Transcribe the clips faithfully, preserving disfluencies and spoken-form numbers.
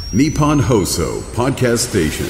Nippon Hoso Podcast Station.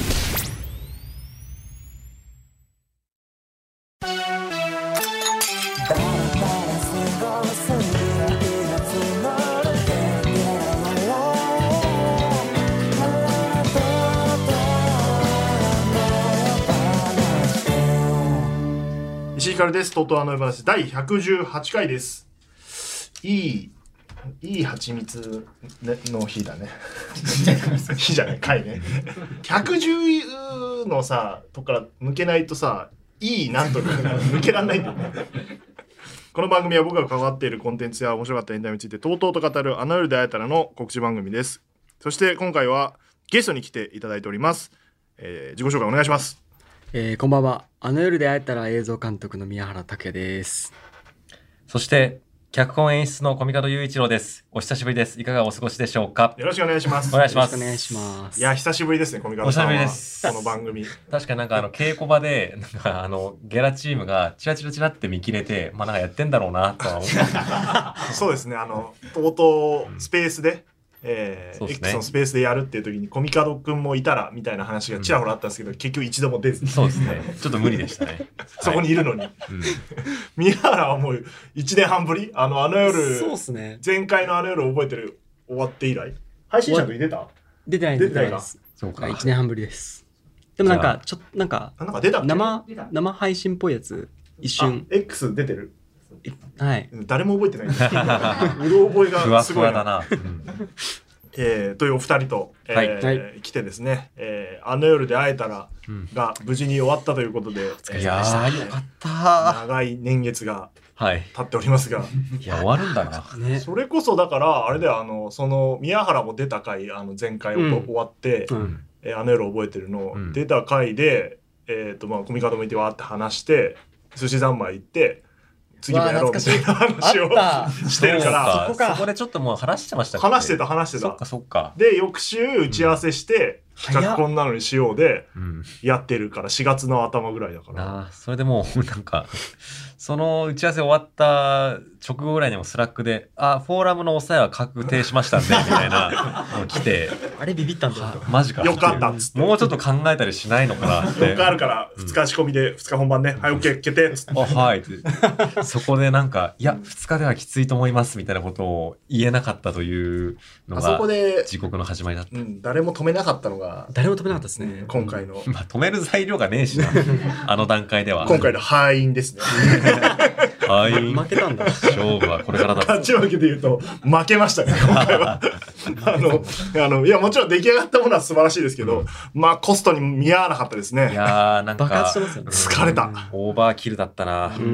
石井ひかるです。とうとうあの夜話だいひゃくじゅうはちかいです。いいいい蜂蜜の日だね。日じゃない回ね。ひゃくじゅうのさとこから抜けないとさ、いいなんとか抜けらんないんだよね。この番組は僕が関わっているコンテンツや面白かったエンタメについてとうとうと語るあの夜で会えたらの告知番組です。そして今回はゲストに来ていただいております。えー、自己紹介お願いします。 えー、こんばんは。あの夜で会えたら映像監督の宮原拓也です。 そして脚本演出の小見門雄一郎です。お久しぶりです。いかがお過ごしでしょうか。 よろしくお願いします。 お願いします。 よろしくお願いします。 いや久しぶりですね、小見門さんは。お久しぶりです。この番組。 確かになんかあの稽古場でなんかあのゲラチームがチラチラチラって見切れて、まあなんかやってんだろうなとは思って。 そうですね。あのとうとうスペースで。うんえー、ね、X のスペースでやるっていう時にコミカドくんもいたらみたいな話がちらほらあったんですけど、うん、結局一度も出ず。 そうですね。ちょっと無理でしたね。 そこにいるのに。はい、うん、宮原はもういちねんはんぶり、あのあの夜、 そうですね。 前回のあの夜覚えてる終わって以来。配信者の時出た？ 出てない出てないです。そうか。いちねんはんぶりです。でもなんかちょっとなんかなんか出たっけ？ 生生配信っぽいやつ一瞬。 X 出てる。 はい。 誰も覚えてない。うろ覚えがすごいな。 ふわふわだな。 えー、というお二人と、えーはい、来てですね、えー、あの夜で会えたらが無事に終わったということで、うんえー、いやーよかった長い年月が経っておりますが、 はい、いや終わるんだな、 ね、それこそだからあれであのその宮原も出た回あの前回、うん、終わって、うんえー、あの夜覚えてるの、うん、出た回で、えーとまあ、コミカドもいてわーって話して寿司三昧行って次もやろうみたいな話をしてるからそこかそこでちょっともう話してましたっけ。 話してた話してた。 そっかそっか。 で翌週打ち合わせして、うん、脚本なのにしようでやってるからしがつの頭ぐらいだから、 うん、あそれでもうなんかその打ち合わせ終わった直後ぐらいにもスラックであフォーラムの抑えは確定しましたんでみたいなの来てあれビビったんだよ。 マジかよかったっつってもうちょっと考えたりしないのかなってよっかあるからふつか仕込みでふつか本番ね、うん、はい OK 決定っつってあはいってそこでなんかいやふつかではきついと思いますみたいなことを言えなかったというのがそこで地獄の始まりだった、 うん、誰も止めなかったのが誰も止めなかったですね、 うん、今回の、 まあ、止める材料がねえしなあの段階では今回の敗因ですね敗因負けたんだ。 勝負はこれからだ。 勝ち負けで言うと負けましたね今回はあのあのいやもちろん出来上がったものは素晴らしいですけど、うん、まあコストに見合わなかったですね。 いやーなんか爆発してますよね。 疲れた。 オーバーキルだったな。 うん。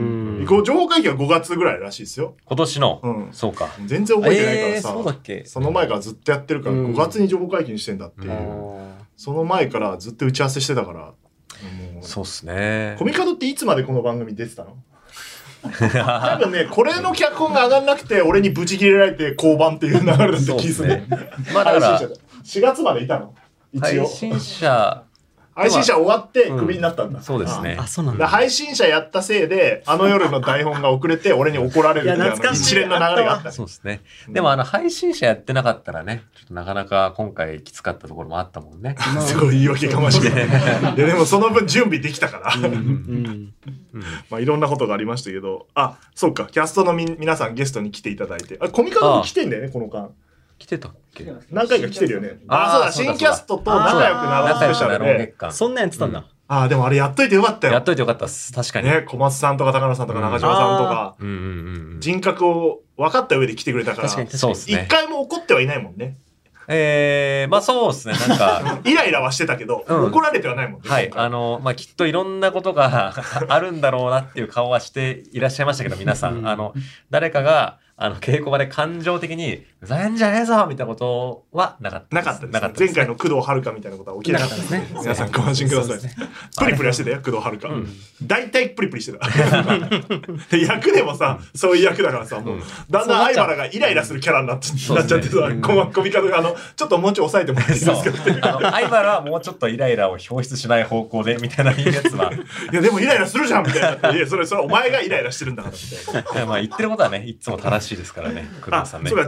こう情報会議はごがつぐらいらしいですよ。 今年の。 うん。 そうか。 全然覚えてないからさ。 えー、そうだっけ。 その前からずっとやってるからごがつに情報会議にしてんだっていう。うん、その前からずっと打ち合わせしてたから。もうそうっすね。 コミカドっていつまでこの番組出てたの？多分ねこれの脚本が上がんなくて俺にブチ切れられて降板っていう流れだった気するね。 まあだからしがつまでいたの一応。 配信者配信者終わってクビになったんだ、 うん、そうですね。 あ、そうなんだ。 配信者やったせいであの夜の台本が遅れて俺に怒られるっていう一連の流れがあった。 そうですね。でもあの配信者やってなかったらねちょっとなかなか今回きつかったところもあったもんね。 すごい言い訳かましい。いやでもその分準備できたから、うんうん、まあいろんなことがありましたけど、あそうかキャストのみ皆さんゲストに来ていただいて、あコミカドも来てんだよねこの間。 来てたっけ？ 何回か来てるよね。ああそうだ新キャストと仲良くなろうスペシャルでそんなやってたんだ。 ああでもあれやっといてよかったよ。 やっといてよかったっす。確かにね小松さんとか高野さんとか中島さんとか、うんうんうん、人格を分かった上で来てくれたから確かに確かに一回も怒ってはいないもんね。 えー、まあそうですねなんかイライラはしてたけど、うん、怒られてはないもんね。 はいあのまあきっといろんなことがあるんだろうなっていう顔はしていらっしゃいましたけど皆さん、うん、あの誰かがあの稽古場で感情的にうざいんじゃねえぞみたいなことはなかったなかったです、ね、かったですね。前回の工藤遥みたいなことは起きなかったですね。皆さんご安心ください。ね、プリプリはしてたよ工藤遥。うん、大体プリプリしてた。役でもさそういう役だからさもう、うん、だんだん相原がイライラするキャラになっちゃってさ、ね、コミカドがあのちょっともうちょい抑えてもらっていいですか。 相原はもうちょっとイライラを表出しない方向でみたいなやつはいやでもイライラするじゃんみたいな。いやそれそれお前がイライラしてるんだからみたいな。 いやまあ言ってることはねいつも正しいですからね工藤さんね。 そうか上階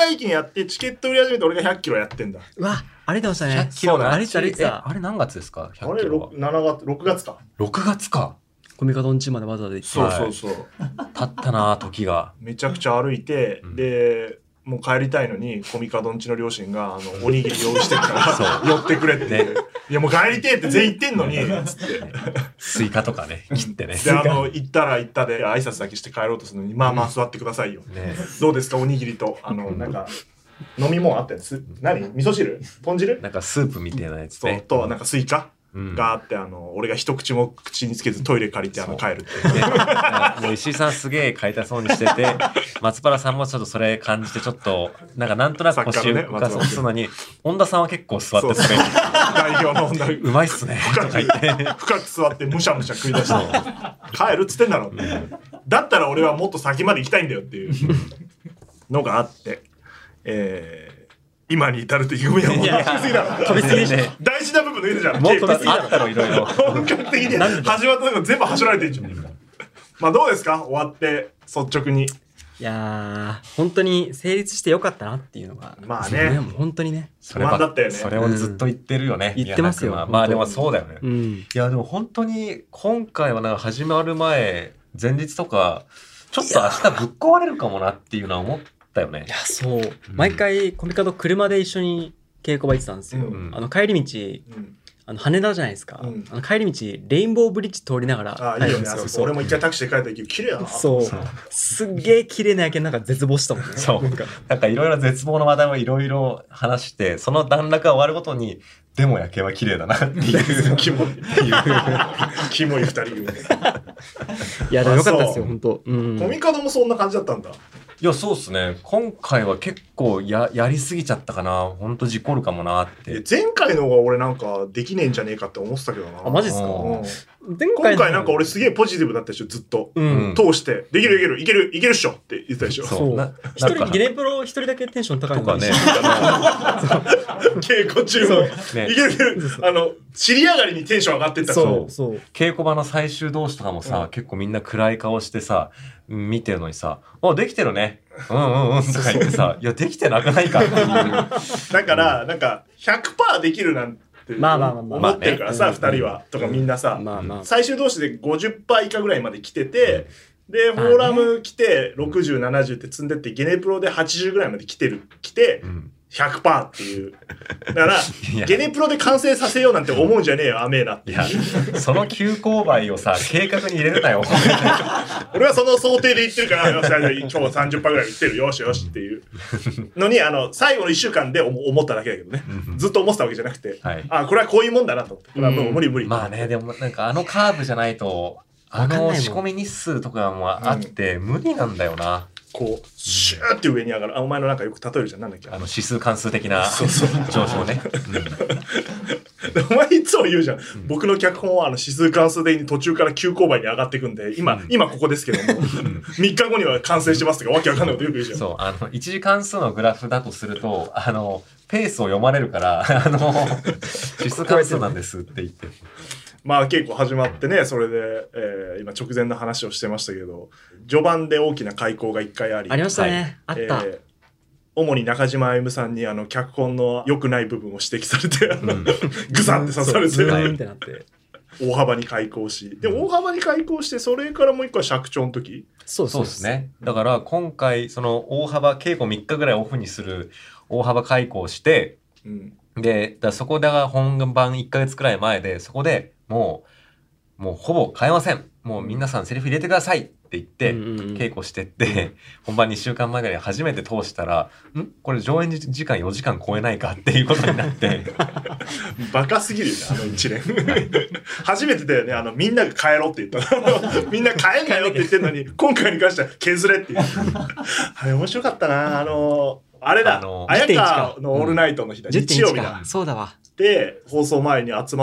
回忌やってチケット売り始めて俺がひゃっキロやってんだ。 うわ、歩いてましたね。 ひゃっキロそうだ歩いて歩いてえた。 あれ何月ですか？ひゃっあれキロはろく、しちがつ、ろくがつか。 ろくがつか。 コミカドンチまでわざわざ行って。 そうそうそう。 経ったな時が。 めちゃくちゃ歩いて、 うんで、もう帰りたいのに、コミカドンチの両親が、あの、おにぎり用意してるから、寄ってくれって。 ねいや、もう帰りてえって全員言ってんのに、つって。 スイカとかね、切ってね。 で、あの、行ったら行ったで、挨拶だけして帰ろうとするのに、まあまあ座ってくださいよ。 ねどうですか、おにぎりと、あの、なんか、飲み物あったやつ。何味噌汁豚汁なんかスープみたいなやつそう、 ね。 と、なんかスイカうんがあって、あの、俺が一口も口につけずトイレ借りて、あの、帰るっていう。 でなんかもう石井さんすげえ買いたそうにしてて、松原さんもちょっとそれ感じてちょっと、なんかなんとなく腰を作家のね浮かそうとするのに、本田さんは結構座ってそれ、 代表の女のうまいっすね、とか言って。 深く座ってむしゃむしゃ食い出して帰るっつってんだろ、だったら俺はもっと先まで行きたいんだよっていうのがあって、えー、今に至るという分野も飛びすぎだろ、 飛びすぎでしょ。 ね大事な部分抜いてるじゃん。 もっと結構あったろ、いろいろ。 本格的に始まったとこ全部走られてんじゃん。まあどうですか終わって率直に。 いやー、本当に成立してよかったなっていうのが。 まあねもう本当にね。 それば不安だったよねそれをずっと言ってるよね。 うん言ってますよ宮原君はまあでもそうだよね。 うん。 いやでも本当に今回はなんか始まる前前日とかちょっと明日ぶっ壊れるかもなっていうのは思ったよねい。や、そう。毎回コミカド車で一緒に稽古場行ってたんですよ。 うんあの帰り道、 うんあの羽田じゃないですか、 うんあの帰り道レインボーブリッジ通りながらあいいよね、 帰るんですよ。 あそこ俺も一回タクシーで帰った時綺麗だな。 そうそうすっげえ綺麗な夜景なんか絶望したもんね。 そうなんかなんかいろいろ絶望の話題をいろいろ話してその段落が終わるごとにでも夜景は綺麗だなっていうキモいキモい二人組。 いやでもよかったですあそうよ本当。うん。 コミカドもそんな感じだったんだ。 いやそうっすね今回は結構ややりすぎちゃったかなほんと事故るかもなっいやて前回の方が俺なんかできねえんじゃねえかって思ってたけどな。 あマジっすか。 うん前今回なんか俺すげえポジティブだったでしょずっと、 うん。 通してできるいけるいけるいけるっしょって言ってたでしょ。 そうな一人ゲネプロ一人だけテンション高いのにとかね稽古中も、 ねいけるいけるあの尻上がりにテンション上がってったからそうそう。 稽古場の最終同士とかもさ、 うん結構みんな暗い顔してさ見てるのにさ「あできてるねうんうんうん」とか言ってさ「いやできてなくないか」っていうだからなんか ひゃくパーセント できるなんてまあまあまあまあ思ってるからさ、 まあねふたりはとかみんなさ、 まあまあ。 最終同士で ごじゅっパーセント 以下ぐらいまで来てて、でフォーラム来てろくじゅう、ななじゅうって積んでってゲネプロではちじゅうぐらいまで来てる来てうんひゃくパーセント っていうだからやゲネプロで完成させようなんて思うんじゃねえよ甘えなっていやその急勾配をさ計画に入れるなよ俺はその想定で言ってるからよし今日さんじゅっパーセント ぐらい言ってるよしよしっていうのにあの最後のいっしゅうかんで思思っただけだけどねずっと思ってたわけじゃなくて、 はいあこれはこういうもんだなと思ってこれはもう無理無理、 まあねでもなんかあのカーブじゃないとあわかんないもんの仕込み日数とかもあって無理なんだよな、 こうシューって上に上がるあお前のなんかよく例えるじゃんなんだっけあの指数関数的なそうそう上昇ね、 お前いつも言うじゃん、僕の脚本はあの指数関数的に途中から急勾配に上がっていくんで今、今ここですけどもみっかごには完成してますとかわけわかんないことよく言うじゃん。 そうあの一次関数のグラフだとするとあのペースを読まれるからあの指数関数なんですって言ってまあ稽古始まってねそれで、えー今直前の話をしてましたけど序盤で大きな開口がいっかいありありましたね。あった。 えー主に中島歩さんにあの脚本の良くない部分を指摘されて、 んぐさって刺されズてーンってなって。 大幅に開口しで大幅に開口してそれからもう一個は尺調の時そうそうです。ねだから今回その大幅稽古みっかぐらいオフにする大幅開講をしてうんでだからそこで本番いっかげつくらい前でそこでもうもうほぼ変えませんもう皆さんセリフ入れてくださいって言ってうんうんうん稽古してって本番にしゅうかんまえぐらいに初めて通したらんこれ上演時間よじかん超えないかっていうことになってバカすぎるよねあの一連初めてだよねあのみんなが帰ろうって言ったのみんな帰んなよって言ってんのに今回に関しては削れっていうあれ面白かったなあのあれだあの綾川のオールナイトの日だ、 じゅってんいち日曜日だか。そうだわ。 で放送前に集まって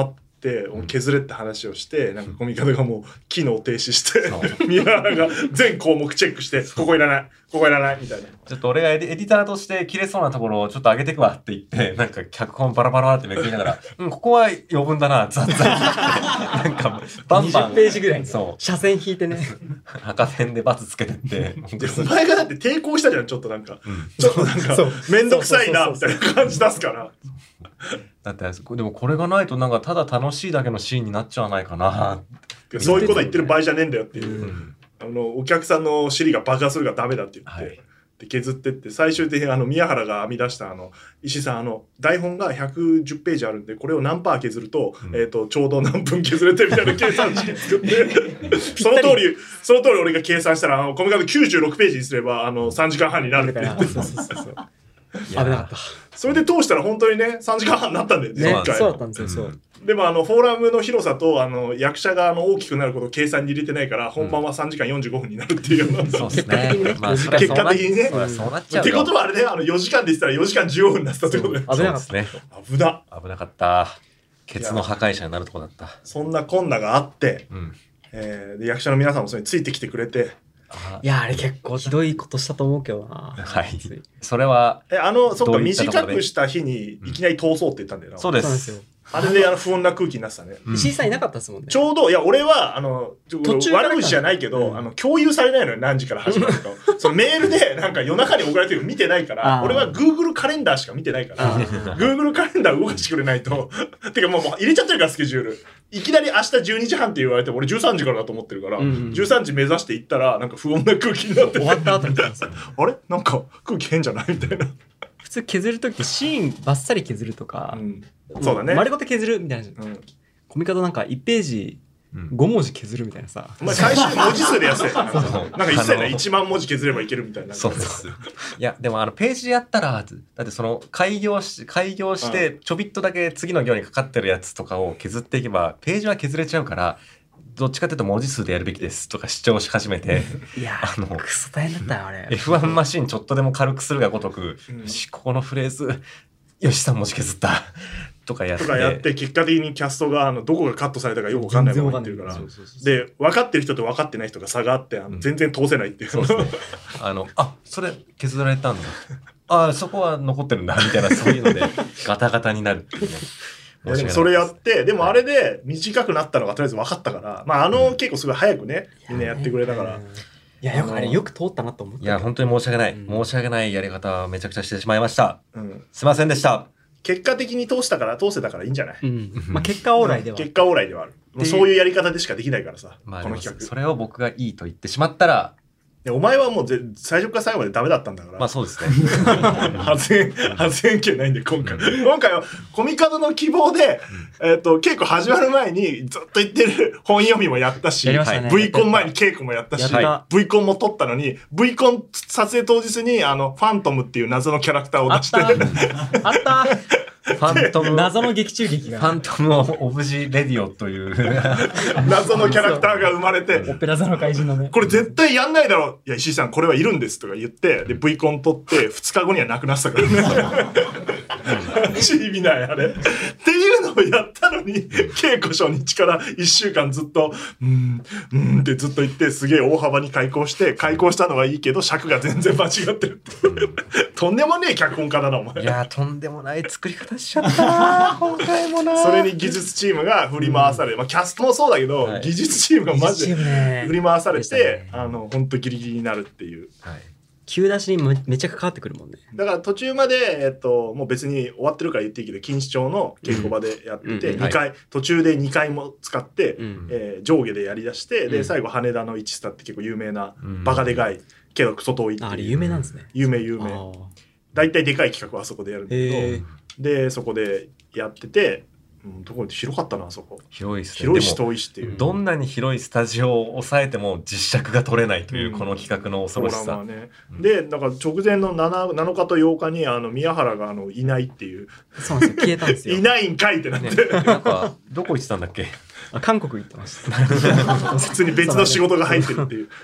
て削れって話をして、なんかコミカドがもう機能停止して宮原が全項目チェックしてここいらないここいらないみたいな。 ちょっと俺がエディエディターとして切れそうなところをちょっと上げてくわって言って、なんか脚本バラバラってめくりながら、うん、ここは余分だな、ザッザッなんかバンバン。 にじゅっページぐらいにそう。 斜線引いてね。 赤ペンでバツつけてって。 お前がだって抵抗したじゃん、ちょっとなんか。うん、ちょっとなんか、めんどくさいな、みたいな感じ出すから。 だって、でもこれがないとなんかただ楽しいだけのシーンになっちゃわないかな。 そういうこと言ってる場合じゃねえんだよっていう。うん、あの、お客さんの尻が爆破するからダメだって言って。はい、で削ってって最終的にあの宮原が編み出したあの石井さんあの台本がひゃくじゅっページあるんでこれを何パー削ると、うん、えーとちょうど何分削れてみたいな計算式作ってその通りその通り俺が計算したらあのコミカドきゅうじゅうろくページにすればあのさんじかんはんになるって言って危なかったそれで通したら本当にねさんじかんはんになったんだよね。 ねそうだったんですよ、そう。 でもあのフォーラムの広さとあの役者があの大きくなることを計算に入れてないから本番はさんじかんよんじゅうごふんになるっていうような、 そうですね。まあ結果的にね。 そうなっちゃうよ。 ってことはあれねあのよじかんで言ったらよじかんじゅうごふんになってたってことで。 危なかったね。 危な。 危なかった。ケツの破壊者になるとこだった。 そんなこんながあって、うんえー、で役者の皆さんもそれについてきてくれて。 いやあれ結構ひどいことしたと思うけどな。 はい。それはえあのそっか短くした日にいきなり通そうって言ったんだよな。 そうです。 あれであの不穏な空気になってたね。 石井さんいなかったですもんね。 ちょうどいや俺はあの途中悪口じゃないけど、うん、あの共有されないのよ何時から始まるか。そのメールでなんか夜中に送られてるの見てないから俺は Google カレンダーしか見てないから Google カレンダー動かしてくれないとてかもうもう入れちゃってるからスケジュールいきなり明日じゅうにじはんって言われて俺じゅうさんじからだと思ってるから、うん、じゅうさんじ目指して行ったらなんか不穏な空気になって終わった後にあれなんか空気変じゃないみたいな。 普通削るときシーンバッサリ削るとか、うん、 そうだね丸ごと削るみたいな、うん、コミカドなんかいちページご文字削るみたいなさ、 お前最初文字数でやってたよなんか一切ねいちまん文字削ればいけるみたいな。 そうですいやでもあのページでやったらだってその開業し開業してちょびっとだけ次の行にかかってるやつとかを削っていけばページは削れちゃうからどっちかというと文字数でやるべきですとか主張し始めていやあのクソ大変だったよあれ。 エフワン マシンちょっとでも軽くするがごとく、うん、よしここのフレーズよしさん文字削ったとかやってとかやって結果的にキャストがあのどこがカットされたかよく分かんないまま言ってるからで分かってる人と分かってない人が差があってあの、うん、全然通せないっていう、そうですね、 あのあそれ削られたんだあそこは残ってるんだみたいなそういうのでガタガタになるっていうね。 でもそれやってでもあれで短くなったのがとりあえず分かったからまああの結構すごい早くねみんなやってくれたからいやよくあれよく通ったなと思って。 いや本当に申し訳ない、うん、申し訳ないやり方はめちゃくちゃしてしまいました、うん、すいませんでした。 結果的に通したから通せたからいいんじゃない、うんまあ、結果オーライでは結果オーライではあるもうそういうやり方でしかできないからさ、 まあ、この企画それを僕がいいと言ってしまったらお前はもうぜ最初から最後までダメだったんだから。 まあそうですね。 発言、発言権ないんで今回。今回はコミカドの希望で、えっと、稽古始まる前にずっと言ってる本読みもやったし、 やりましたね、 V コン前に稽古もやったし、や V コンも撮ったのに、V コン撮影当日にあの、ファントムっていう謎のキャラクターを出して。 あったあったファントム謎の劇中劇がファントムオブジレディオという謎のキャラクターが生まれてオペラ座の怪人のねこれ絶対やんないだろいや石井さんこれはいるんですとか言ってで V コン撮ってふつかごにはなくなってたからね意味ないあれっていうのをやったのに稽古初日からいっしゅうかんずっとうーんうーんってずっと言ってすげえ大幅に開講して開講したのはいいけど尺が全然間違ってるとんでもねえ脚本家だなお前。 いやとんでもない作り方しちゃったな今回もな。 それに技術チームが振り回され、うんまあ、キャストもそうだけど、はい、技術チームがマジで振り回されて、ね、あの本当ギリギリになるっていう、はい、 急出しにめめちゃ関わってくるもんね。 だから途中まで、えっと、もう別に終わってるから言っていいけど錦糸町の稽古場でやってて、うん、にかい、はい、途中でにかいも使って、うんえー、上下でやりだして、うん、で最後羽田の一スタって結構有名な、うん、バカでかいけどクソ遠いっていう。 あれ有名なんですね。 有名有名。大体でかい企画はあそこでやるんだけどでそこでやってて、うん、どこで広かったなあそこ。 広いですね。 広いし遠いしっていう。 どんなに広いスタジオを抑えても実尺が取れないという、うん、この企画の恐ろしさ。 ねうん、でだから直前の 7, なのかとようかにあの宮原があのいないっていう。 そうなんですよ消えたんですよ。 いないんかいってなって、ね、 なんかどこ行ってたんだっけ。 あ韓国行ってました。 普通に別の仕事が入ってるっていう。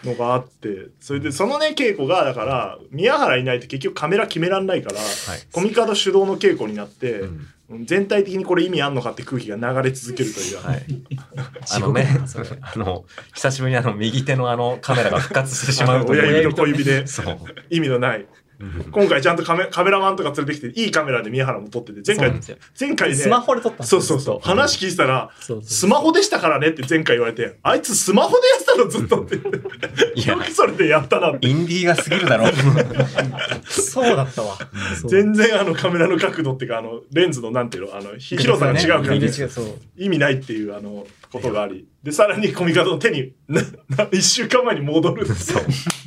のがあって、それでそのね稽古がだから宮原いないと結局カメラ決めらんないから、はい、コミカド主導の稽古になって、うん、全体的にこれ意味あんのかって空気が流れ続けるという、はい、 あのねあの久しぶりにあの右手のあのカメラが復活してしまうという親指と小指で意味のない今回ちゃんとカメ、カメラマンとか連れてきていいカメラで宮原も撮ってて、前回前回ねスマホで撮ったんですよ。 そうそうそう話聞いてたらそうそうそうスマホでしたからねって前回言われて、あいつスマホでやってたのずっとってよくそれでやったなって。 インディーが過ぎるだろそうだったわ。 全然あのカメラの角度っていうかあのレンズのなんていうのあの広さが違うから、ね、意味ないっていうあのことがあり、でさらにコミカドの手にいっしゅうかんまえに戻るそう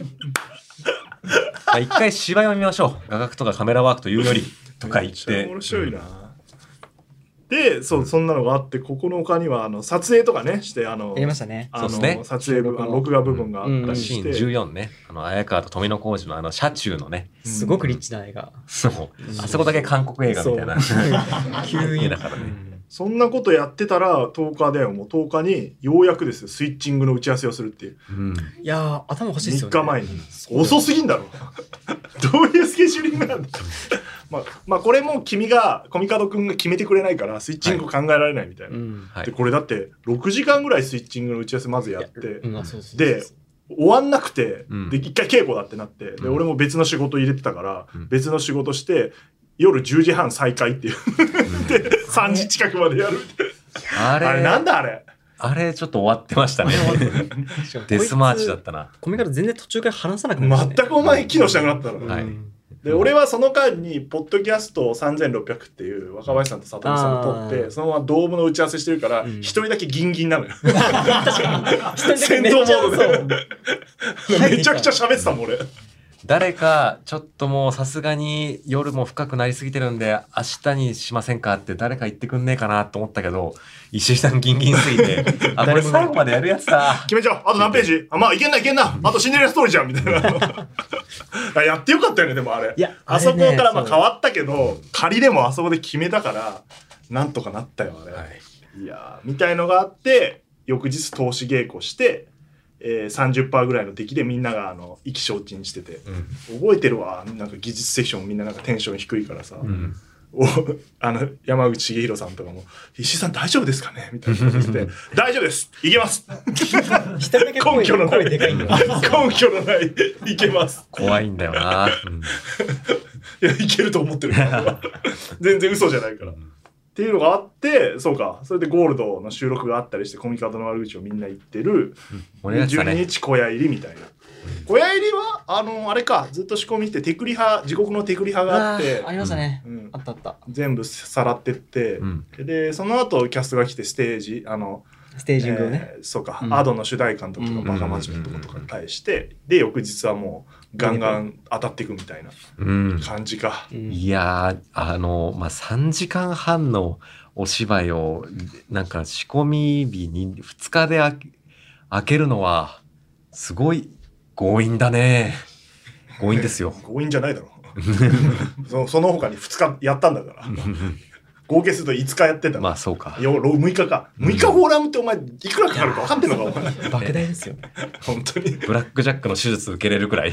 一回芝居を見ましょう。画角とかカメラワークというよりとか言って。 面白いな。うん、で、そう、そんなのがあって、ここの他にはあの撮影とかねしてあのやりましたね。 あのそうですね。 撮影部分、録画部分があったりして、 シーンじゅうよんね。あの綾川と富野浩二のあの車中のね、 すごくリッチな映画。 そう。あそこだけ韓国映画みたいな。急にだからね。 そんなことやってたらとおかでもうとおかにようやくですよスイッチングの打ち合わせをするっていう、 うん、いやー頭欲しいですよね。 みっかまえに遅すぎんだろどういうスケジューリングなんだまあ、まあこれも君がコミカド君が決めてくれないからスイッチング考えられないみたいな、はいうん、でこれだってろくじかんぐらいスイッチングの打ち合わせまずやって、うん、で終わんなくて、うん、で一回稽古だってなって、で俺も別の仕事入れてたから、うん、別の仕事して夜じゅうじはん再開っていうでさんじ近くまでやるあれあれなんだあれあれちょっと終わってましたねデスマーチだったな。 コミカド全然途中から話さなくなった、ね、 全くお前機能しなくなったの、 はい、 で俺はその間にポッドキャストさんぜんろっぴゃくっていう若林さんと里見さんと撮ってそのままドームの打ち合わせしてるから一、うん、人だけギンギンなのよ戦闘モードでめちゃくちゃ喋ってたもん俺。 誰かちょっともうさすがに夜も深くなりすぎてるんで明日にしませんかって誰か言ってくんねえかなと思ったけど石井さんギンギンすぎてあこれ最後までやるやつだ決めちゃう。あと何ページあまあいけんないけんなあとシンデレラストーリーじゃんみたいなやってよかったよね。でもあれいやあそこからまあ変わったけど仮でもあそこで決めたからなんとかなったよあれ、はい、いやみたいのがあって翌日通し稽古してえー、さんじゅっパーセント ぐらいの出来でみんながあの意気消沈してて、うん、覚えてるわなんか技術セクションみんななんかテンション低いからさ、うん、おあの山口茂弘さんとかも石井さん大丈夫ですかねみたいなこと言って大丈夫ですいけます根拠のない根拠のないいけます怖いんだよな、うん、 いやいけると思ってるから全然嘘じゃないからっていうのがあってそうかそれでゴールドの収録があったりしてコミカドの悪口をみんな言ってる、うんね、じゅうににち小屋入りみたいな、うん、小屋入りはあのあれかずっと仕込みって手繰り派地獄の手繰り派があってありましたね、うん、あったあった全部さらってって、うん、でその後キャストが来てステージあのステージングをね、 えー、そうか、うん、アドの主題歌の時とかバカマジのとことかに対して、で翌日はもうガンガン当たっていくみたいな感じか、 うん、いやーあの、まあ、さんじかんはんのお芝居をなんか仕込み日にふつかで開けるのはすごい強引だね。強引ですよ。 強引じゃないだろそ, その他にふつかやったんだから合計するといつかやってた。 まあそうか。 むいかか。むいかフォーラムってお前いくらかかるか分かってんのかお前。 莫大ですよね。 本当に。 ブラックジャックの手術受けれるくらい。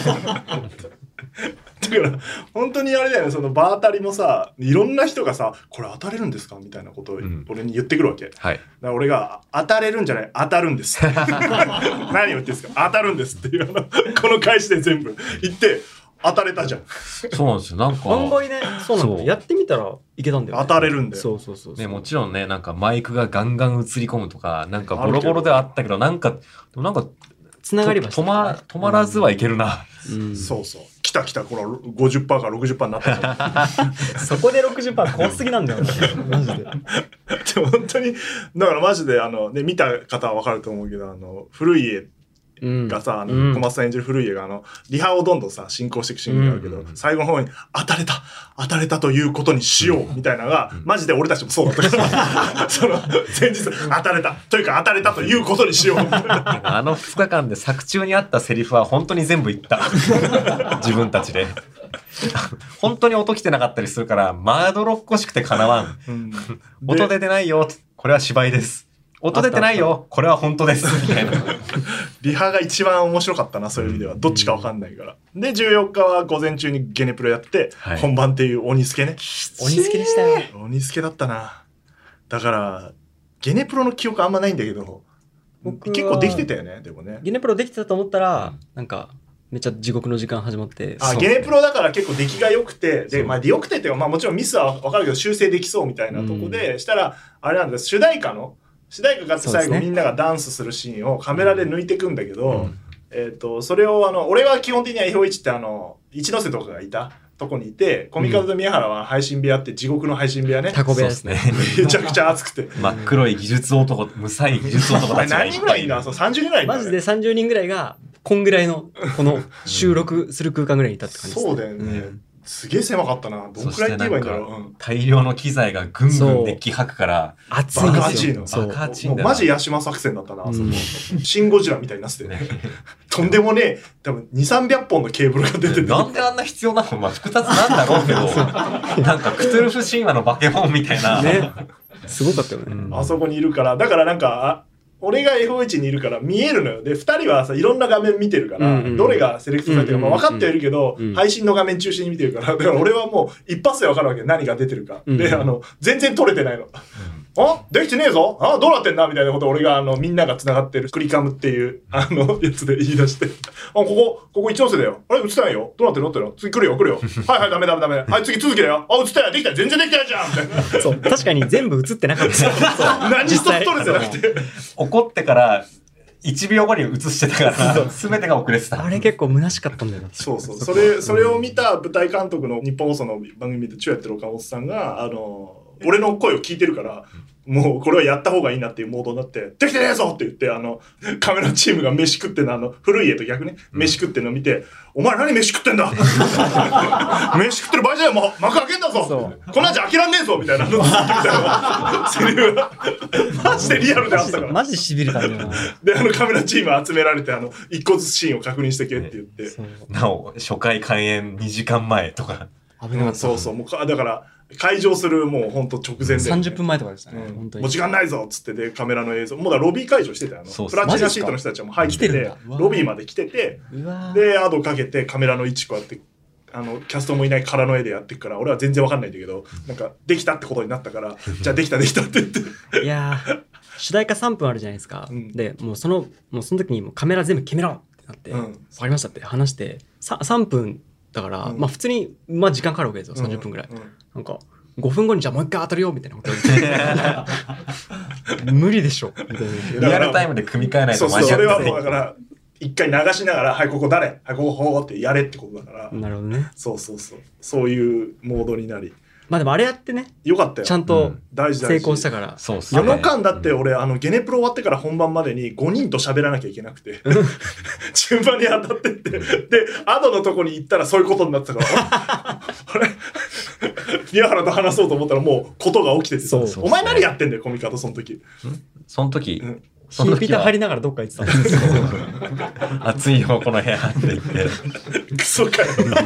だから本当にあれだよねその場当たりもさいろんな人がさこれ当たれるんですかみたいなことを俺に言ってくるわけ。うん、はい。だから俺が当たれるんじゃない当たるんです。何を言ってんですか当たるんですっていうあのこの返しで全部言って。当たれたじゃん。 そうなんですよ。なんか案外ね、そうなんだ。やってみたらいけたんだよ、ね。 当たれるんだよ。 そうそうそうそう。 ね、もちろんね、なんかマイクがガンガン映り込むとか、なんかボロボロではあったけど、なんかでもなんかつながりました、 ね。止ま止まらずはいけるな。 うん、そうそう。来た来たこの ごじゅっパーセント から ろくじゅっパーセント になったじゃん。 そこで ろくじゅっパーセント 怖すぎなんだよ。マジで。でも本当にだからマジであのね見た方はわかると思うけどあの古い家。がさ、あの、うん、小松さん演じる古い家があのリハをどんどんさ進行していくシーンがあるけど、うん、最後の方に当たれた当たれたということにしようみたいなのが、うん、マジで俺たちもそうだったからその前日当たれたというか当たれたということにしようみたいなあのふつかかんで作中にあったセリフは本当に全部言った自分たちで本当に音来てなかったりするからまどろっこしくてかなわん、うん、音出てないよこれは芝居です音出てないよこれは本当ですみたいなリハが一番面白かったな、そういう意味では。どっちかわかんないから。で、じゅうよっかは午前中にゲネプロやって、はい、本番っていう鬼スケね。 鬼スケでしたよ。 鬼スケだったな。だから、ゲネプロの記憶あんまないんだけど、結構できてたよね、でもね。 ゲネプロできてたと思ったら、なんか、めっちゃ地獄の時間始まって。 あ、ゲネプロだから結構出来が良くて、で、まあ良くてっていうか、まあもちろんミスはわかるけど修正できそうみたいなとこで、うん、したら、あれなんです、主題歌の、主題歌があって最後みんながダンスするシーンをカメラで抜いていくんだけど、うん、えっと、それをあの、俺は基本的には エフオーエイチ ってあの、一ノ瀬とかがいたとこにいて、コミカドと宮原は配信部屋って地獄の配信部屋ね。 タコ部屋ですね。 めちゃくちゃ暑くて。 真っ黒い技術男、無才技術男たちがいっぱい。 何人ぐらいいるの？そう、さんじゅうにんぐらいいる、ね。 マジでさんじゅうにんぐらいが、こんぐらいの、この収録する空間ぐらいにいたって感じです、 ね。そうだよね。うんすげえ狭かったな。どんくらいって言えばいいんだろう。うん、 大量の機材がぐんぐん熱気吐くから、 熱いんですよ。 バカ熱いの。もうマジヤシマ作戦だったな。うん、シンゴジラみたいになっててね。とんでもねえ、多分にせんさんびゃっぽんのケーブルが出てて。 なんであんな必要なの？まあ複雑なんだろうけど、なんかクトゥルフ神話のバケモンみたいな。 ね。すごかったよね。 うん、あそこにいるから、だからなんか、俺が エフオーエイチ にいるから見えるのよ。で、二人はさ、いろんな画面見てるから、うんうん、どれがセレクトされてるか、まあ、分かってはいるけど、うんうん、配信の画面中心に見てるから、だから俺はもう一発で分かるわけ。何が出てるか。うん、で、あの、全然撮れてないの。うん、あできてねえぞあどうなってんだみたいなことを俺が、あの、みんなが繋がってるクリカムっていう、あの、やつで言い出して、あ、ここ、ここ一ノ瀬だよ。あれ映ってないよ。どうなってるのってるの次来るよ、来るよ。はいはい、ダメダメダメ。はい、次続きだよ。あ、映ったよ。できたよ。全然できたよじゃんみたいな。 そう、確かに全部映ってなかった。そう何一つ撮れてなくて。 怒ってから、いちびょうごに映してたから、すべてが遅れてた。 あれ結構虚しかったんだよな。 そうそう。それ、それを見た舞台監督の日本放送の番組でチューやってる岡本さんが、あの、俺の声を聞いてるから、もうこれはやった方がいいなっていうモードになって、できてねえぞって言って、あの、カメラチームが飯食ってんの、あの、古い家と逆ね、飯食ってんの見て、お前何飯食ってんだ飯食ってる場合じゃない、もう幕開けんだぞこんなんじゃ開けらんねえぞみたいなのみたいなセリフが、マジでリアルであったから。 マジで痺れたんだよな。 で、あのカメラチーム集められて、あの、一個ずつシーンを確認してけって言って。 なお、初回開演にじかんまえとか。 危なかった。そうそう、もうか、だから、会場するもうほんと直前で、ね、 さんじゅっぷんまえとかでしたね、 うん、 本当にもう時間ないぞっつってでカメラの映像もうだロビー会場してたよ、あのプラチナシートの人たちも入っててロビーまで来ててでアドかけてカメラの位置こうやってあのキャストもいない空の絵でやってくから俺は全然わかんないんだけどなんかできたってことになったからじゃあできたできたって言っていやー主題歌さんぷんあるじゃないですか、うん、でもうそのもうその時にもうカメラ全部決めろってなって、うん、分かりましたって話してさんぷんだから、うん、まあ普通にまあ時間かかるわけですよさんじゅっぷんぐらい、うんうん、なんかごふんごにじゃあもう一回当たるよみたいなこと言って無理でしょみたいなリアルタイムで組み替えないと間に合ってそれはもうだから一回流しながらはいここ誰はいここほーってやれってことだからなるほどねそうそうそうそういうモードになりまあでもあれやってねよかったよちゃんと成功したから、うん、 そうっすね、あの間だって俺あのゲネプロ終わってから本番までにごにんと喋らなきゃいけなくて順番に当たってってでアドのとこに行ったらそういうことになってたからあれ宮原と話そうと思ったらもうことが起きててさお前何やってんだよコミカドその時その時、 うんヒーピタ張りながらどっか行ってたんですよ暑いよこの部屋って言ってクソかよ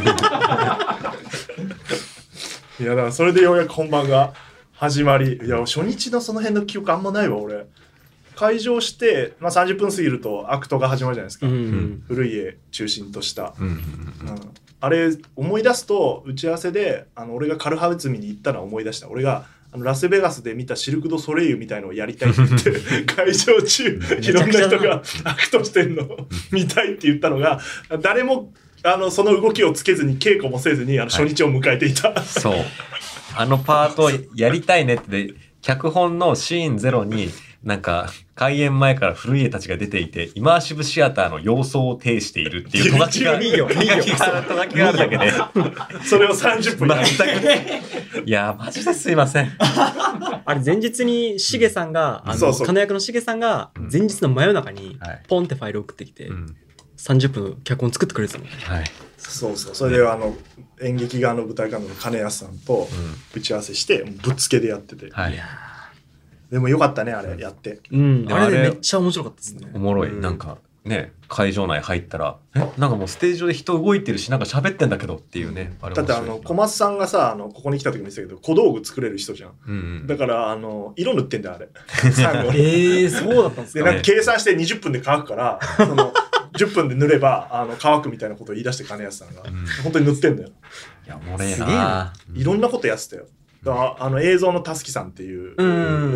いやだからそれでようやく本番が始まりいや初日のその辺の記憶あんまないわ俺会場して、まあ、さんじゅっぷん過ぎるとアクトが始まるじゃないですか、うんうん、古い家中心とした、うんうんうんうん、あれ思い出すと打ち合わせであの俺がカルハウツミに行ったのを思い出した俺があのラスベガスで見たシルク・ドゥ・ソレイユみたいのをやりたいって言って会場中いろんな人がアクトしてんの見たいって言ったのが誰もあのその動きをつけずに稽古もせずにあの初日を迎えていた、はい、 そうあのパートやりたいねって脚本のシーンゼロになんか開演前から古家たちが出ていてイマーシブシアターの様相を呈しているっていうト書きがいいよいいよト書きがあるだけでそれをさんじゅっぷんやりたいいやマジですいませんあれ前日にしげさんが、うん、あのそうそう金役のしげさんが前日の真夜中にポンってファイル送ってきて、うん、さんじゅっぷんの脚本作ってくれてたの、 はい、そうそうそれであの演劇側の舞台監督の金安さんと打ち合わせしてぶっつけでやってて、はい、でもよかったねあれやって、 うん、あれでめっちゃ面白かったですねおもろい、うん、なんかね会場内入ったらえなんかもうステージ上で人動いてるしなんか喋ってんだけどっていうね、 あれだってあの小松さんがさあのここに来た時も言ってたけど小道具作れる人じゃん、 うんうん、 だからあの色塗ってんだよあれ最後えー、そうだったんですか。 でなんか計算してにじゅっぷんで乾くからそのじゅっぷんで塗ればあの乾くみたいなことを言い出して金安さんが、うん、本当に塗ってんだよ。 いやもうねえな、 いろんなことやってたよ。だからあの映像のたすきさんっていう、うん、